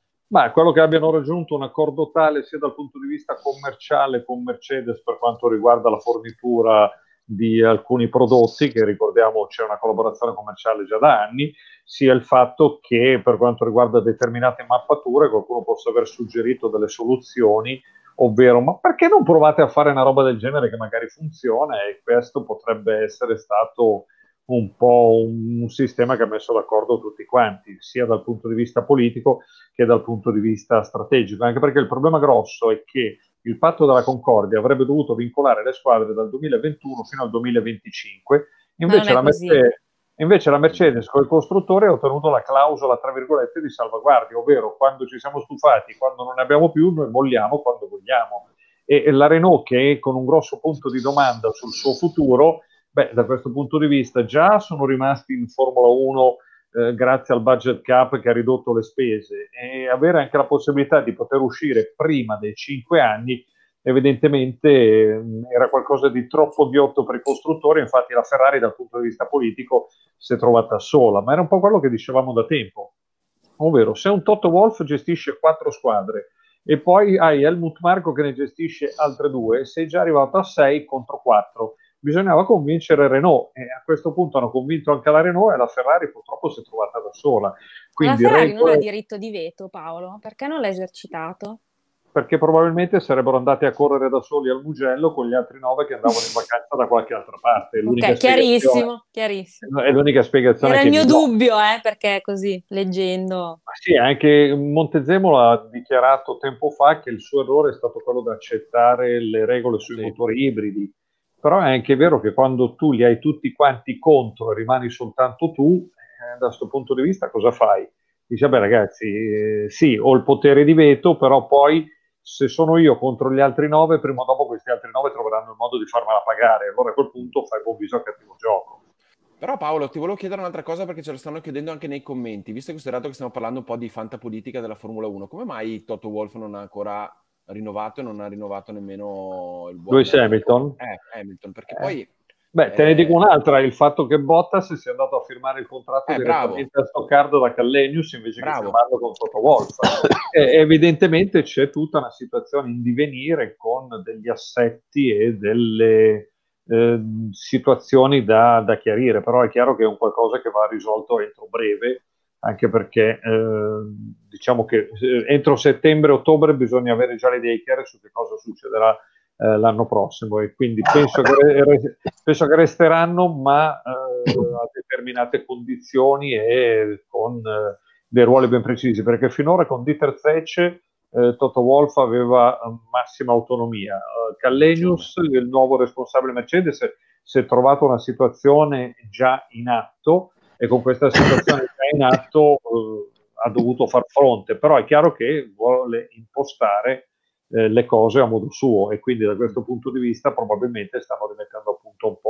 ma quello che abbiano raggiunto un accordo tale sia dal punto di vista commerciale con Mercedes per quanto riguarda la fornitura di alcuni prodotti, che ricordiamo c'è una collaborazione commerciale già da anni, sia il fatto che per quanto riguarda determinate mappature qualcuno possa aver suggerito delle soluzioni, ovvero ma perché non provate a fare una roba del genere che magari funziona, e questo potrebbe essere stato un po' un, un sistema che ha messo d'accordo tutti quanti, sia dal punto di vista politico che dal punto di vista strategico, anche perché il problema grosso è che il patto della Concordia avrebbe dovuto vincolare le squadre dal duemilaventuno fino al duemilaventicinque, invece la, Mercedes, invece la Mercedes con il costruttore ha ottenuto la clausola tra virgolette di salvaguardia, ovvero quando ci siamo stufati, quando non ne abbiamo più, noi molliamo quando vogliamo. E, e la Renault, che è con un grosso punto di domanda sul suo futuro, beh, da questo punto di vista già sono rimasti in Formula uno eh, grazie al budget cap che ha ridotto le spese, e avere anche la possibilità di poter uscire prima dei cinque anni evidentemente eh, era qualcosa di troppo ghiotto per i costruttori. Infatti la Ferrari dal punto di vista politico si è trovata sola, ma era un po' quello che dicevamo da tempo, ovvero se un Toto Wolff gestisce quattro squadre e poi hai Helmut Marko che ne gestisce altre due, sei già arrivato a sei contro quattro. Bisognava convincere Renault, e a questo punto hanno convinto anche la Renault, e la Ferrari purtroppo si è trovata da sola. Quindi la Ferrari regole... non ha diritto di veto, Paolo? Perché non l'ha esercitato? Perché probabilmente sarebbero andati a correre da soli al Mugello con gli altri nove che andavano in vacanza da qualche altra parte. È l'unica ok, chiarissimo, chiarissimo. È l'unica spiegazione. Era che il mio do. dubbio, eh, perché così, leggendo. Ma sì, anche Montezemolo ha dichiarato tempo fa che il suo errore è stato quello di accettare le regole sui sì. motori ibridi. Però è anche vero che quando tu li hai tutti quanti contro e rimani soltanto tu, eh, da questo punto di vista cosa fai? Dici, vabbè ragazzi, eh, sì, ho il potere di veto, però poi se sono io contro gli altri nove, prima o dopo questi altri nove troveranno il modo di farmela pagare. Allora a quel punto fai buon viso a cattivo gioco. Però Paolo, ti volevo chiedere un'altra cosa, perché ce lo stanno chiedendo anche nei commenti. Visto che considerato che stiamo parlando un po' di fantapolitica della Formula uno, come mai Toto Wolff non ha ancora rinnovato e non ha rinnovato nemmeno il buon Lewis Hamilton? Eh, Hamilton, perché eh. poi... Beh, te ne dico un'altra, il fatto che Bottas sia andato a firmare il contratto eh, direttamente a Stoccardo da Callenius invece bravo. che firmarlo con Toto Wolff. E, evidentemente c'è tutta una situazione in divenire con degli assetti e delle eh, situazioni da, da chiarire, però è chiaro che è un qualcosa che va risolto entro breve, anche perché eh, diciamo che entro settembre-ottobre bisogna avere già le idee chiare su che cosa succederà eh, l'anno prossimo, e quindi penso che, re- penso che resteranno, ma eh, a determinate condizioni e con eh, dei ruoli ben precisi, perché finora con Dieter Zetsche eh, Toto Wolff aveva massima autonomia. Uh, Callenius, il nuovo responsabile Mercedes, si è trovato una situazione già in atto, e con questa situazione già in atto uh, ha dovuto far fronte, però è chiaro che vuole impostare eh, le cose a modo suo, e quindi da questo punto di vista probabilmente stanno rimettendo a punto un po'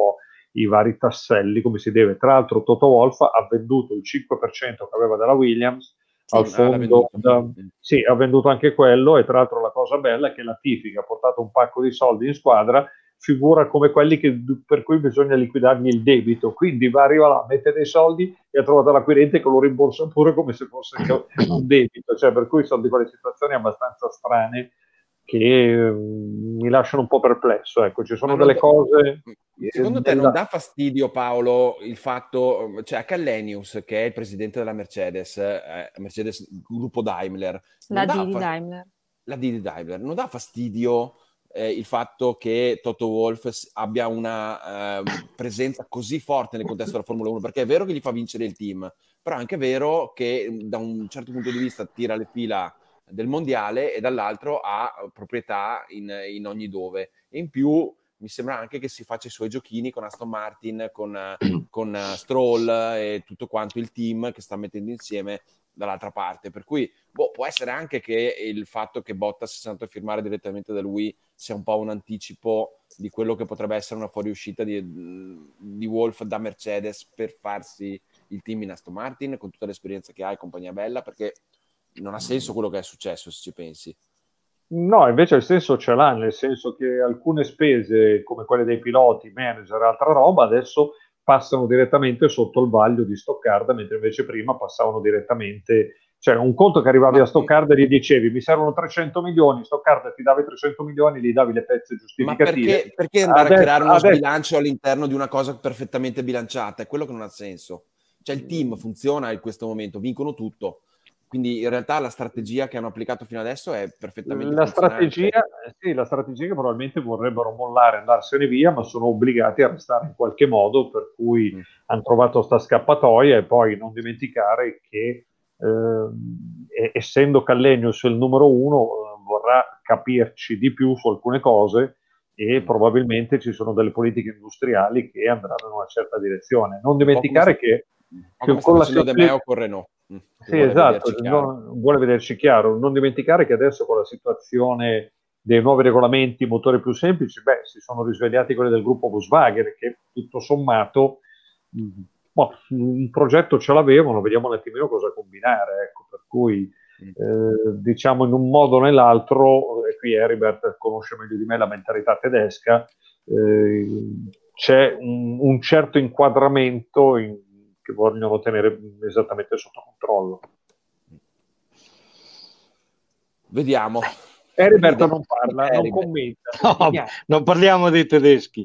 i vari tasselli come si deve. Tra l'altro Toto Wolff ha venduto il cinque per cento che aveva della Williams Sì, al ah, l'ha fondo, venduto. da- Mm. sì, ha venduto anche quello, e tra l'altro la cosa bella è che la Tifi, che ha portato un pacco di soldi in squadra, figura come quelli che, per cui bisogna liquidargli il debito, quindi va, arriva là, mette dei soldi e ha trovato l'acquirente che lo rimborsa pure come se fosse un debito, cioè per cui sono di quelle situazioni abbastanza strane che eh, mi lasciano un po' perplesso. Ecco, ci sono Ma non delle da- cose eh, Secondo te non nella- dà fastidio, Paolo, il fatto, cioè a Callenius, che è il presidente della Mercedes, eh, Mercedes gruppo Daimler, La non dà D di fa- Daimler. la D di Daimler, non dà fastidio eh, il fatto che Toto Wolff s- abbia una ehm, presenza così forte nel contesto della Formula uno? Perché è vero che gli fa vincere il team, però è anche vero che mh, da un certo punto di vista tira le fila del mondiale e dall'altro ha proprietà in, in ogni dove. E in più mi sembra anche che si faccia i suoi giochini con Aston Martin, con, eh, con eh, Stroll e tutto quanto il team che sta mettendo insieme dall'altra parte. Per cui boh, può essere anche che il fatto che Bottas sia andato a firmare direttamente da lui sia un po' un anticipo di quello che potrebbe essere una fuoriuscita di, di Wolff da Mercedes per farsi il team in Aston Martin, con tutta l'esperienza che ha e compagnia bella, perché non ha senso quello che è successo, se ci pensi. No, invece il senso ce l'ha, nel senso che alcune spese, come quelle dei piloti, manager e altra roba, adesso passano direttamente sotto il vaglio di Stoccarda, mentre invece prima passavano direttamente, cioè un conto che arrivavi Ma- a Stoccarda e gli dicevi mi servono trecento milioni, Stoccarda ti davi trecento milioni, gli davi le pezze Ma giustificative. perché, perché andare Adesso- a creare uno adesso- sbilancio all'interno di una cosa perfettamente bilanciata? È quello che non ha senso. Cioè il team funziona in questo momento, vincono tutto. Quindi in realtà la strategia che hanno applicato fino adesso è perfettamente La funzionante. strategia, sì, la strategia che probabilmente vorrebbero mollare, andarsene via, ma sono obbligati a restare in qualche modo, per cui Mm. hanno trovato sta scappatoia. E poi non dimenticare che ehm, e- essendo Callenius il numero uno, eh, vorrà capirci di più su alcune cose, e Mm. probabilmente ci sono delle politiche industriali che andranno in una certa direzione. Non Un po' come dimenticare sta- che, un po' che come sta con la facendo De sempli- Meo con Renault, mm, che Sì, vuole esatto, vederci chiaro. non- vuole vederci chiaro. Non dimenticare che adesso con la situazione dei nuovi regolamenti, motori più semplici, beh, si sono risvegliati quelli del gruppo Volkswagen, che tutto sommato mh, boh, un progetto ce l'avevano, vediamo un attimino cosa combinare. Ecco, per cui eh, diciamo in un modo o nell'altro, e qui Heribert conosce meglio di me la mentalità tedesca, eh, c'è un, un certo inquadramento in- che vogliono tenere esattamente sotto controllo. Vediamo. Heribert Ride. non parla, non Heribert. commenta. No, Niente. non parliamo dei tedeschi.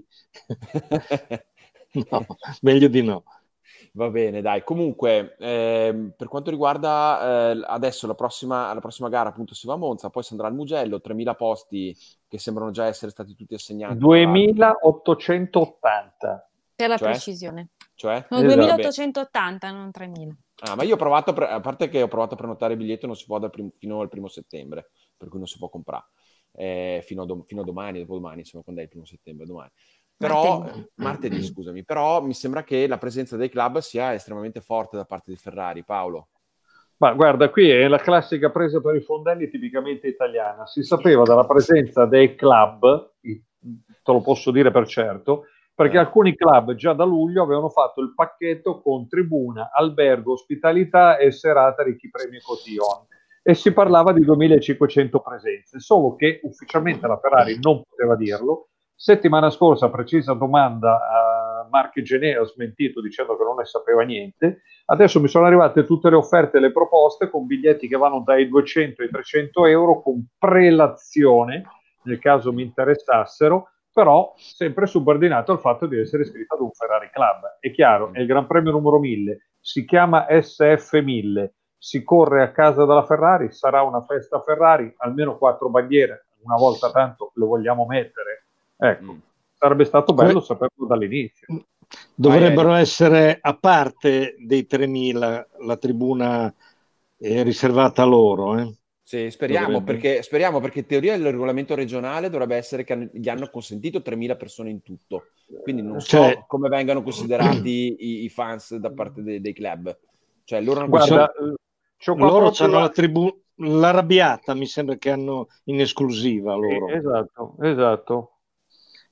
No, meglio di no. Va bene, dai. Comunque, ehm, per quanto riguarda eh, adesso la prossima, la prossima gara, appunto, si va a Monza, poi si andrà al Mugello, tremila posti che sembrano già essere stati tutti assegnati. tra l'altro. duemilaottocentottanta. Per la Cioè? precisione. Cioè? No, Esatto. duemilaottocentottanta, non tremila. Ah, ma io ho provato, a pre- a parte che ho provato a prenotare il biglietto, non si può dal prim- fino al primo settembre, per cui non si può comprare. Eh, fino, a dom- fino a domani, dopodomani, insomma, quando è il primo settembre, domani. Però, Martedì. eh, martedì, scusami, però mi sembra che la presenza dei club sia estremamente forte da parte di Ferrari, Paolo. Ma guarda, qui è la classica presa per i fondelli tipicamente italiana. Si sapeva della presenza dei club, te lo posso dire per certo, perché Eh. alcuni club già da luglio avevano fatto il pacchetto con tribuna, albergo, ospitalità e serata ricchi premi e cotillon. E si parlava di duemilacinquecento presenze, solo che ufficialmente la Ferrari non poteva dirlo. Settimana scorsa, precisa domanda a Marc Gené, ha smentito dicendo che non ne sapeva niente. Adesso mi sono arrivate tutte le offerte e le proposte con biglietti che vanno dai duecento ai trecento euro con prelazione, nel caso mi interessassero, però sempre subordinato al fatto di essere iscritto ad un Ferrari Club. È chiaro, è il Gran Premio numero mille, si chiama S F mille, si corre a casa della Ferrari, sarà una festa Ferrari, almeno quattro bandiere, una volta tanto le vogliamo mettere. Ecco, Mm. sarebbe stato bello saperlo dall'inizio. Dovrebbero Vai, essere a parte dei tremila la tribuna è riservata a loro. Eh? Sì, speriamo, Dovrebbe. perché, speriamo, perché in teoria il regolamento regionale dovrebbe essere che hanno- gli hanno consentito tremila persone in tutto. Quindi non so Cioè- come vengano considerati i, i fans da parte dei, dei club. Cioè, loro hanno Guarda, considerato- eh, c'ho qua Loro proprio hanno la- la tribù, l'arrabbiata, mi sembra che hanno in esclusiva loro. Sì, esatto, esatto.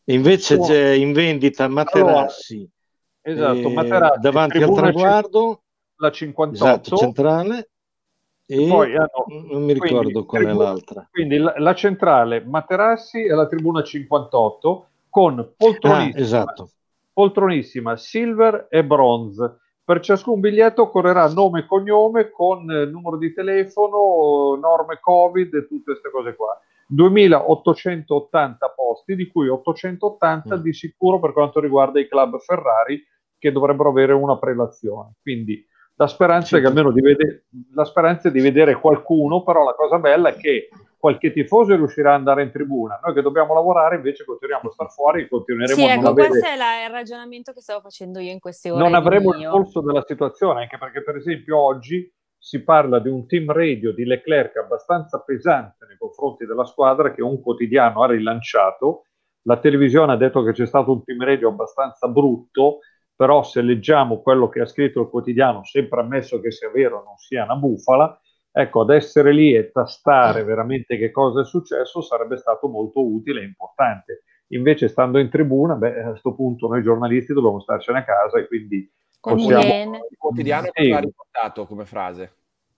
invece c'è in vendita Materassi, allora, esatto, eh, Materassi davanti al traguardo, la cinquantotto, esatto, centrale, e poi hanno, non mi ricordo quindi, qual è tribuna, l'altra. Quindi la, la centrale Materassi e la tribuna cinquantotto con poltronissima, ah, esatto. poltronissima silver e bronze. Per ciascun biglietto occorrerà nome e cognome con eh, numero di telefono, norme Covid e tutte queste cose qua. duemilaottocentottanta posti, di cui ottocentottanta Mm. di sicuro per quanto riguarda i club Ferrari, che dovrebbero avere una prelazione. Quindi la speranza è che almeno di vedere, la speranza è di vedere qualcuno, però la cosa bella è che qualche tifoso riuscirà ad andare in tribuna. Noi che dobbiamo lavorare invece continuiamo a star fuori e continueremo sì, a non ecco, avere... questo è la, il ragionamento che stavo facendo io in queste ore. Non avremo mio. il polso della situazione, anche perché per esempio oggi si parla di un team radio di Leclerc abbastanza pesante nei confronti della squadra, che un quotidiano ha rilanciato. La televisione ha detto che c'è stato un team radio abbastanza brutto, però se leggiamo quello che ha scritto il quotidiano, sempre ammesso che sia vero, non sia una bufala, ecco, ad essere lì e tastare veramente che cosa è successo sarebbe stato molto utile e importante. Invece, stando in tribuna, beh, a questo punto noi giornalisti dobbiamo starcene a casa e quindi possiamo... Il quotidiano sì. l'ha riportato come frase.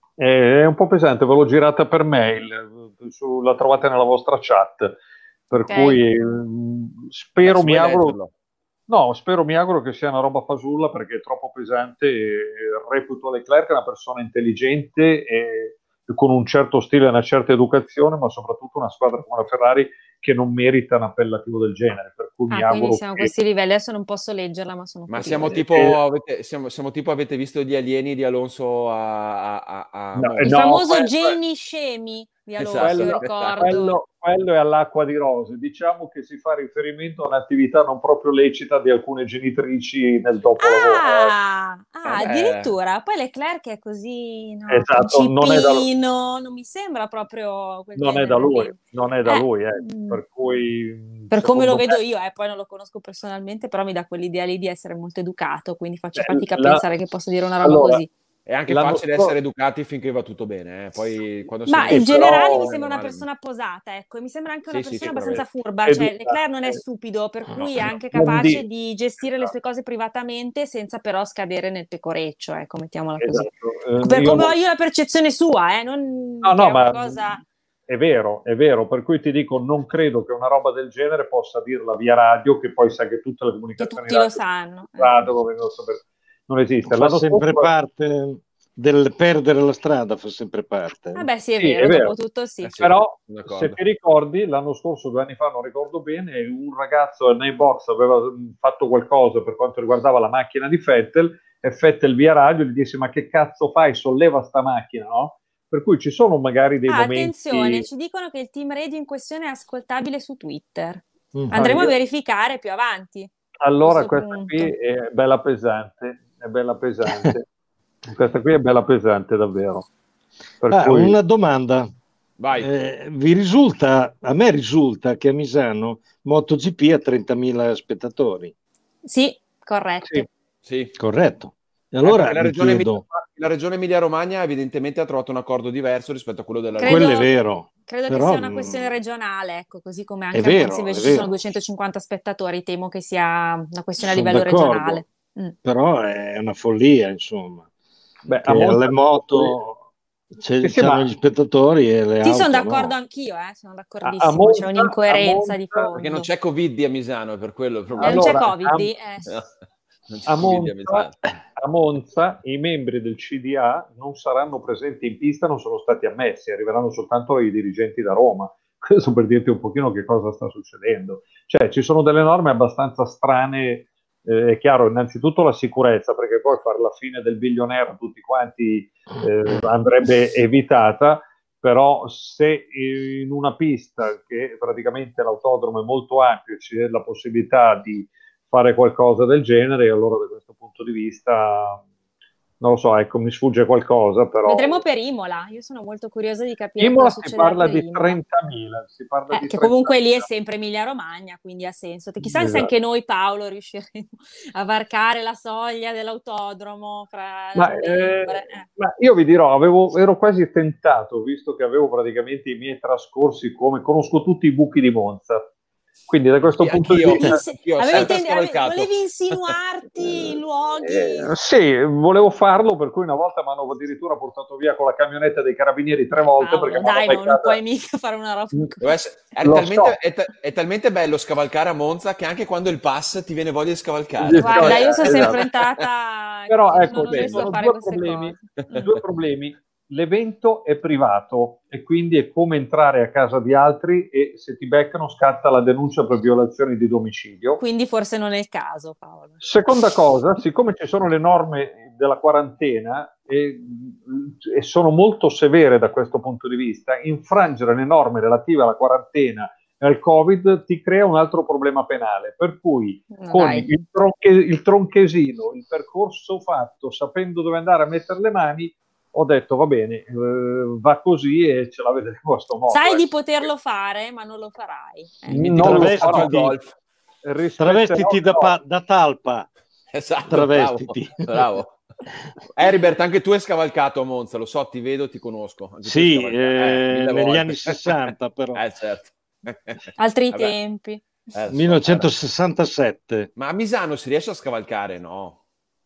È un po' pesante, ve l'ho girata per mail, su, la trovate nella vostra chat, per Okay. cui mh, spero, Beh, mi auguro... leggerlo. No, spero, mi auguro che sia una roba fasulla perché è troppo pesante e reputo Leclerc una persona intelligente e con un certo stile e una certa educazione, ma soprattutto una squadra come la Ferrari che non merita un appellativo del genere, per cui mi Ah, auguro quindi siamo a che... questi livelli. Adesso non posso leggerla, ma sono Ma curiosa. siamo tipo, Eh, avete, siamo, siamo tipo avete visto gli alieni di Alonso a, a, a, a No, Monza? Il no, famoso quello- Jenny Scemi di Alonso, Esatto, io quello, ricordo. quello- quello è all'acqua di rose. Diciamo che si fa riferimento a un'attività non proprio lecita di alcune genitrici nel dopolavoro. Ah, ah, Eh beh. addirittura. Poi Leclerc è così, no, Esatto, non è da lui. principino, non mi sembra proprio quel Non è genere da lui, lì. non è da Eh, lui, eh. mm. Per cui Per come lo secondo vedo me, io, eh, poi non lo conosco personalmente, però mi dà quell'idea lì di essere molto educato, quindi faccio eh, fatica a la- pensare che possa dire una roba allora, così. È anche l'anno facile scorso- essere educati finché va tutto bene, eh. Poi quando si Ma mette in però- generale mi eh, sembra una male. persona posata, ecco, e mi sembra anche Sì, una sì, persona sicuramente. abbastanza furba, cioè Educato, Leclerc non è eh, stupido, per cui è no, anche non capace di- di gestire le sue esatto. cose privatamente senza però scadere nel pecoreccio, ecco, mettiamola così. Esatto. Eh, Per io come non- ho io la percezione sua, eh, non No, che no, è una ma cosa... è vero, è vero, per cui ti dico, non credo che una roba del genere possa dirla via radio, che poi sai che tutte le che comunicazioni tutti lo radio, sanno. eh. radio, vengono sapere- non esiste. Fa L'anno sempre scorso- parte del perdere la strada, fa sempre parte. Ah beh, sì, è Sì, vero, è vero. dopo tutto sì. Eh sì, Però, sono d'accordo. se ti ricordi, l'anno scorso, due anni fa, non ricordo bene, un ragazzo nei box aveva fatto qualcosa per quanto riguardava la macchina di Vettel e Vettel via radio gli disse: ma che cazzo fai? Solleva sta macchina, no? Per cui ci sono magari dei Ah, momenti... attenzione, ci dicono che il team radio in questione è ascoltabile su Twitter. Mm. Andremo Ah, io- a verificare più avanti. Allora, questo questa punto. qui è bella pesante, è bella pesante. Questa qui è bella pesante, davvero. Per Ah, cui... una domanda. Vai. Eh, vi risulta, a me risulta che a Misano MotoGP ha trentamila spettatori, Sì, corretto. Sì. Sì. corretto? E Eh, allora perché la vi regione, chiedo, Emilia, la regione Emilia-Romagna evidentemente ha trovato un accordo diverso rispetto a quello della Credo- quello è vero, Credo però, che sia una mh, questione regionale, ecco, così come è anche a vero, Monza invece è ci sono vero. duecentocinquanta spettatori, temo che sia una questione a sono livello d'accordo, regionale. Mm. però è una follia, insomma, Beh, che a Monza- alle moto c'è- Sì, sì, c'hanno ma- gli spettatori e le Sì, auto sono d'accordo no. anch'io, eh, sono A- d'accordissimo, a Monza- c'è un'incoerenza a di Monza- fondo. Perché non c'è Covid a Misano, è per quello il Eh, problema. non c'è Allora, Covid, a- eh. No, non c'è A Covid a Monza, Misano. a Monza i membri del C D A non saranno presenti in pista, non sono stati ammessi, arriveranno soltanto i dirigenti da Roma. Questo per dirti un pochino che cosa sta succedendo. Cioè, ci sono delle norme abbastanza strane, eh, è chiaro, innanzitutto la sicurezza, perché poi fare la fine del bilionario a tutti quanti eh, andrebbe evitata, però se in una pista che praticamente l'autodromo è molto ampio e c'è la possibilità di fare qualcosa del genere, allora da questo punto di vista non lo so, ecco, mi sfugge qualcosa, però Vedremo per Imola, io sono molto curiosa di capire Imola cosa si succederà parla per di Imola. trentamila, si parla Eh, di che comunque lì è trentamila. sempre Emilia-Romagna, quindi ha senso. Chissà se Esatto. anche noi, Paolo, riusciremo a varcare la soglia dell'autodromo fra Ma, novembre. eh, Eh. ma io vi dirò, avevo, ero quasi tentato, visto che avevo praticamente i miei trascorsi come conosco tutti i buchi di Monza. Quindi da questo Io- punto di anch'io. vista... Insi- Io ho avevi sempre tende- ave- scavalcato. volevi insinuarti in luoghi. Eh, sì, volevo farlo, per cui una volta mi hanno addirittura portato via con la camionetta dei carabinieri tre volte Paolo, perché mi hanno dai, no, non beccata- puoi mica fare una roba. Deve essere- è, Lo talmente, so. è, ta- è talmente bello scavalcare a Monza che anche quando il pass ti viene voglia di scavalcare. Sì, Guarda, io sono esatto. sempre entrata. Però così, ecco, non ci riesco a sono fare due queste problemi, cose. due problemi. L'evento è privato e quindi è come entrare a casa di altri e se ti beccano scatta la denuncia per violazione di domicilio. Quindi forse non è il caso, Paolo. Seconda cosa, siccome ci sono le norme della quarantena e, e sono molto severe da questo punto di vista, infrangere le norme relative alla quarantena e al Covid ti crea un altro problema penale, per cui con Dai. il, tronche, il tronchesino, il percorso fatto, sapendo dove andare a mettere le mani, ho detto va bene, eh, va così e ce la vedremo a sto modo. Sai eh. di poterlo fare, ma non lo farai. Eh. Il Non mitico lo travestiti- farò. golf. Rispetterò- Travestiti da, no, pa- da talpa. Esatto, Travestiti. bravo. bravo. Heribert, anche tu hai scavalcato a Monza, lo so, ti vedo, ti conosco. Anche tu hai Sì, scavalcato. eh, mille negli volte. anni sessanta però. Eh, certo. Altri Vabbè. tempi. Eh, lo so. millenovecentosessantasette. Ma a Misano si riesce a scavalcare? No.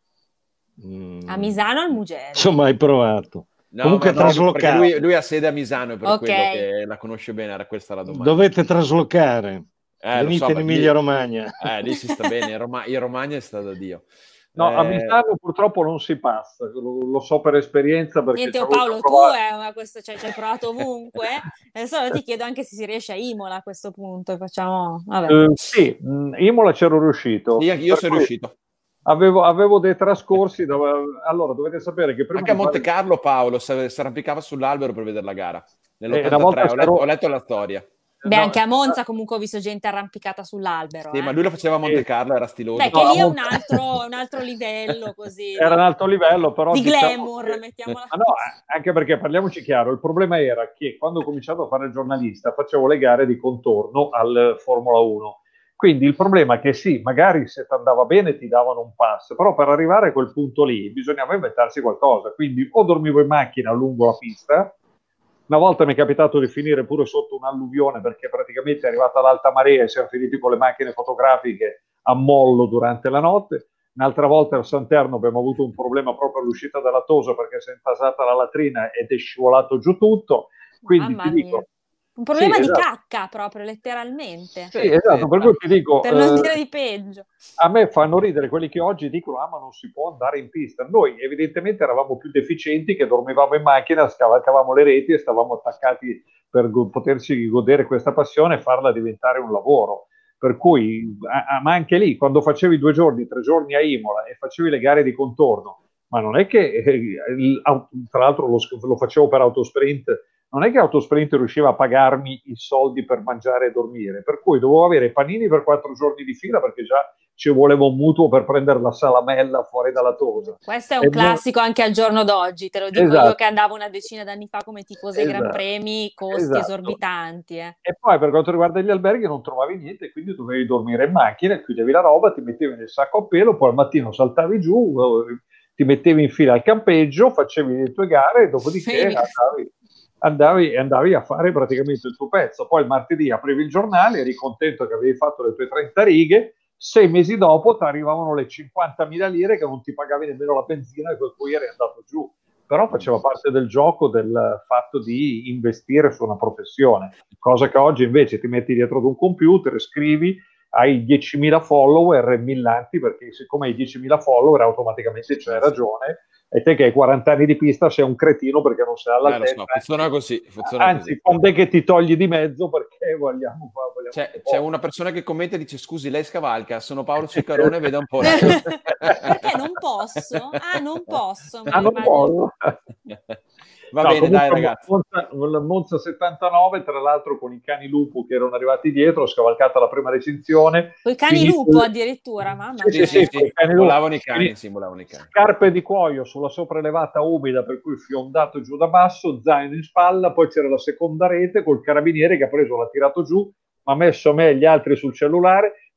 Mm. A Misano al Mugello. Insomma, hai provato. No, Comunque ma no, traslocato. perché lui, lui ha sede a Misano, è per Ok. quello che la conosce bene, era questa la domanda. Dovete traslocare. Eh, lo Venite so, in perché Emilia lì- Romagna. Eh, lì si sta bene, in, Roma- in Romagna sta da Dio. No, a Eh, Misano purtroppo non si passa, lo, lo so per esperienza perché Niente, ci oh, ho avuto Paolo, a tu provare. è una, questo, cioè, ci hai provato ovunque. Adesso allora ti chiedo anche se si riesce a Imola a questo punto. Facciamo. Vabbè. Eh, sì, mh, Imola c'ero riuscito. io io Per sono cui riuscito. Avevo, avevo dei trascorsi dove... Allora, dovete sapere che prima Anche a di fare- Monte Carlo Paolo si arrampicava sull'albero per vedere la gara. Eh, una Nell'ottantatré, volta ho, letto, c'ero- ho letto la storia. Beh, no, anche a Monza comunque ho visto gente arrampicata sull'albero. Sì, eh. ma lui lo faceva a Monte Carlo, era stiloso. Beh, No, che lì è a un Monte- altro, un altro livello così. Era un alto livello, però... Di diciamo glamour, che- mettiamola Ma no, anche perché parliamoci chiaro, il problema era che quando ho cominciato a fare il giornalista facevo le gare di contorno al Formula uno. Quindi il problema è che sì, magari se ti andava bene ti davano un pass, però per arrivare a quel punto lì bisognava inventarsi qualcosa. Quindi o dormivo in macchina lungo la pista, una volta mi è capitato di finire pure sotto un'alluvione perché praticamente è arrivata l'alta marea e siamo finiti con le macchine fotografiche a mollo durante la notte. Un'altra volta a Santerno abbiamo avuto un problema proprio all'uscita dalla Tosa perché si è intasata la latrina ed è scivolato giù tutto. Quindi Mamma ti dico... mia. Un problema Sì, di esatto. cacca proprio, letteralmente. Sì, esatto, per cui ti dico... Per non eh, dire di peggio. a me fanno ridere quelli che oggi dicono ah ma non si può andare in pista. Noi evidentemente eravamo più deficienti che dormivamo in macchina, scavalcavamo le reti e stavamo attaccati per go- poterci godere questa passione e farla diventare un lavoro. Per cui, a- a- ma anche lì, quando facevi due giorni, tre giorni a Imola e facevi le gare di contorno, ma non è che, eh, il- tra l'altro lo, lo facevo per autosprint, non è che Autosprint riusciva a pagarmi i soldi per mangiare e dormire, per cui dovevo avere panini per quattro giorni di fila perché già ci voleva un mutuo per prendere la salamella fuori dalla Tosa. Questo è un E classico anche al giorno d'oggi, te lo dico Esatto. io che andavo una decina d'anni fa come tifosa ai Gran Esatto. Premi, costi Esatto. esorbitanti. Eh. E poi per quanto riguarda gli alberghi non trovavi niente, quindi dovevi dormire in macchina, chiudevi la roba, ti mettevi nel sacco a pelo, poi al mattino saltavi giù, ti mettevi in fila al campeggio, facevi le tue gare e dopodiché Sì. andavi, andavi, andavi a fare praticamente il tuo pezzo. Poi il martedì aprivi il giornale, eri contento che avevi fatto le tue trenta righe, sei mesi dopo ti arrivavano le cinquantamila lire che non ti pagavi nemmeno la benzina e per cui eri andato giù. Però faceva parte del gioco del fatto di investire su una professione, cosa che oggi invece ti metti dietro ad un computer, scrivi, hai diecimila follower millanti perché siccome hai diecimila follower automaticamente c'hai ragione e te che hai quaranta anni di pista sei un cretino perché non sei Eh, lo all'altezza. so, funziona così. Funziona Anzi, così. quando è che ti togli di mezzo perché vogliamo... vogliamo C'è, c'è una persona che commenta e dice scusi, lei scavalca, sono Paolo Ciccarone, veda un po'. lei." Perché non posso? Ah, non posso. me Ah, lo non immagino. posso. Va No, bene, dai comunque ragazzi. Monza, Monza settantanove, tra l'altro con i cani lupo che erano arrivati dietro, ho scavalcata la prima recinzione. Con i cani finito- lupo addirittura, mamma Sì, mia. Sì, sì, sì, con i sì, cani lupo. volavano i cani, Quindi- sì, volavano i cani. Scarpe di cuoio sulla sopraelevata umida per cui fiondato giù da basso, zaino in spalla, poi c'era la seconda rete col carabiniere che ha preso, l'ha tirato giù, ha messo me e gli altri sul cellulare,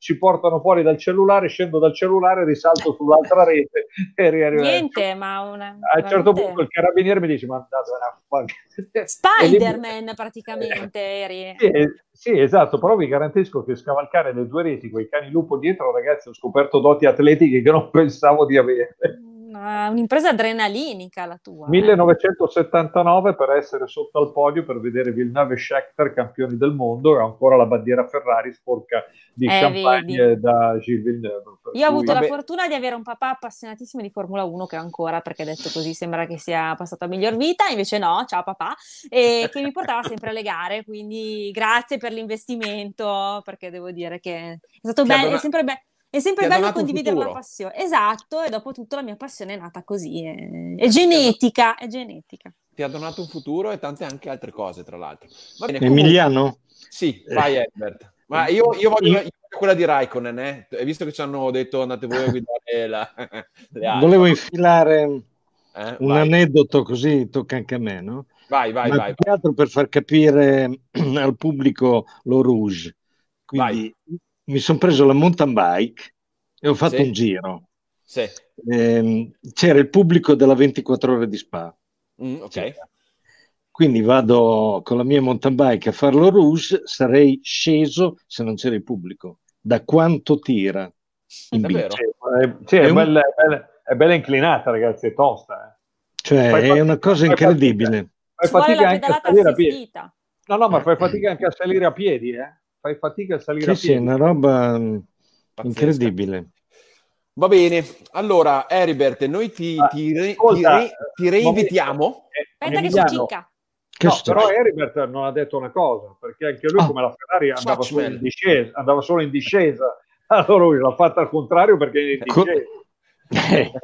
ci portano fuori dal cellulare, scendo dal cellulare, risalto sull'altra rete e riarrivo. Niente, ma una, a un certo punto il carabiniere mi dice: ma andate a Spider-Man praticamente eri. Sì, sì, esatto, però vi garantisco che scavalcare le due reti con i cani lupo dietro, ragazzi, ho scoperto doti atletiche che non pensavo di avere. Una, un'impresa adrenalinica la tua. millenovecentosettantanove per essere sotto al podio per vedere Villeneuve e Scheckter campioni del mondo, e ancora la bandiera Ferrari sporca di Eh, champagne vedi. da Gilles Villeneuve. Per Io ho avuto cui- la Vabbè. fortuna di avere un papà appassionatissimo di Formula uno, che ancora, perché detto così sembra che sia passato a miglior vita, invece no, ciao papà, e che mi portava sempre alle gare, quindi grazie per l'investimento, perché devo dire che è stato Ti ha bello, dona- è sempre, be- è sempre ti ha bello donato un condividere la futuro. passione. Esatto, e dopo tutto la mia passione è nata così, è, è genetica, è genetica. Ti ha donato un futuro e tante anche altre cose, tra l'altro. Va bene, comunque- Emiliano? Sì, vai Herbert. Ma io, io voglio io voglio quella di Raikkonen, eh? E visto che ci hanno detto andate voi a guidare la, le Alfa. Volevo infilare Eh, un vai. aneddoto, così tocca anche a me, no? Vai, vai, Ma vai, più che altro per far capire al pubblico lo Rouge. Quindi mi sono preso la mountain bike e ho fatto Sì. un giro. Sì. Ehm, c'era il pubblico della ventiquattro ore di Spa. Mm, ok. C'era. Quindi vado con la mia mountain bike a farlo Rouge, sarei sceso se non c'era il pubblico. Da quanto tira in Davvero? bici? Eh, sì, è, È un- bella, è, bella, è bella inclinata, ragazzi, è tosta. Eh. Cioè, Fai è fatica- una cosa fai incredibile. Fai Ci vuole fatica la anche a pedalata salire a piedi. assistita. No, no, ma fai fatica anche a salire a piedi, eh? Fai fatica a salire Sì, a sì, è piedi. una roba mm, Pazzesca. incredibile. Va bene, allora Heribert, noi ti, Ah, ti, re- ascolta, ti re- ti eh, reinvitiamo. eh, Aspetta che Emiliano, si cicca. Che no, succede? però Heribert non ha detto una cosa, perché anche lui, Ah. come la Ferrari, andava solo Swatchman. in discesa, andava solo in discesa. Allora lui l'ha fatta al contrario perché è in Co- discesa. Eh.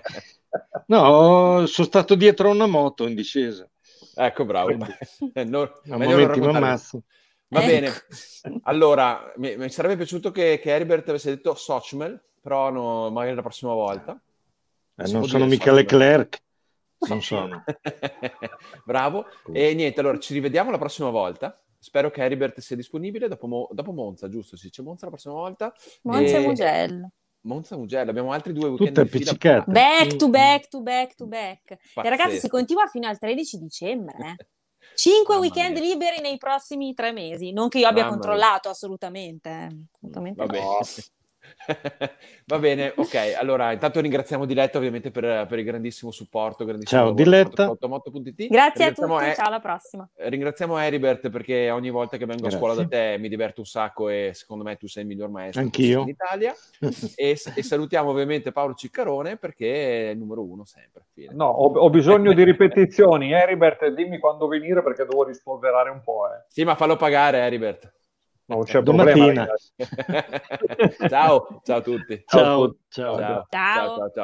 No, sono stato dietro a una moto in discesa. Ecco, bravo. Eh, non- A meglio non momenti mi raccontarvi. ammazzo. Va Ecco. bene, allora mi, mi sarebbe piaciuto che, che Heribert avesse detto Sochmel, però no, magari la prossima volta. Eh, Si non può sono dire mica Sochmel. Leclerc. Non sono. Bravo. E niente, allora ci rivediamo la prossima volta. Spero che Heribert sia disponibile dopo, Mo- dopo Monza, giusto? Si dice Monza la prossima volta. Monza e E- Mugello. Monza Mugello, abbiamo altri due weekend Tutte di fila. appiccicate. Back to back to back to back. E Pazzesco. ragazzi, si continua fino al tredici dicembre. Eh. Cinque Mamma weekend mia. liberi nei prossimi tre mesi. Non che io abbia Mamma controllato assolutamente. eh. Assolutamente Va no. bene. Va bene, ok. Allora, intanto ringraziamo Diletta ovviamente per, per il grandissimo supporto. Grandissimo Ciao, lavoro Diletta. fatto con Automoto punto it. Grazie a Ringraziamo tutti, E- ciao alla prossima. Ringraziamo Heribert perché ogni volta che vengo a scuola da Grazie. te mi diverto un sacco e secondo me tu sei il miglior maestro Anch'io. in Italia. e, e salutiamo ovviamente Paolo Ciccarone perché è il numero uno sempre. Fine. No, ho, ho bisogno di ripetizioni. Heribert, dimmi quando venire perché devo rispolverare un po'. Eh. Sì, ma fallo pagare Heribert. Non c'è Domattina. problema. ragazzi. ciao, ciao a tutti. Ciao, tutti. ciao. Ciao, Ciao. ciao, ciao, ciao.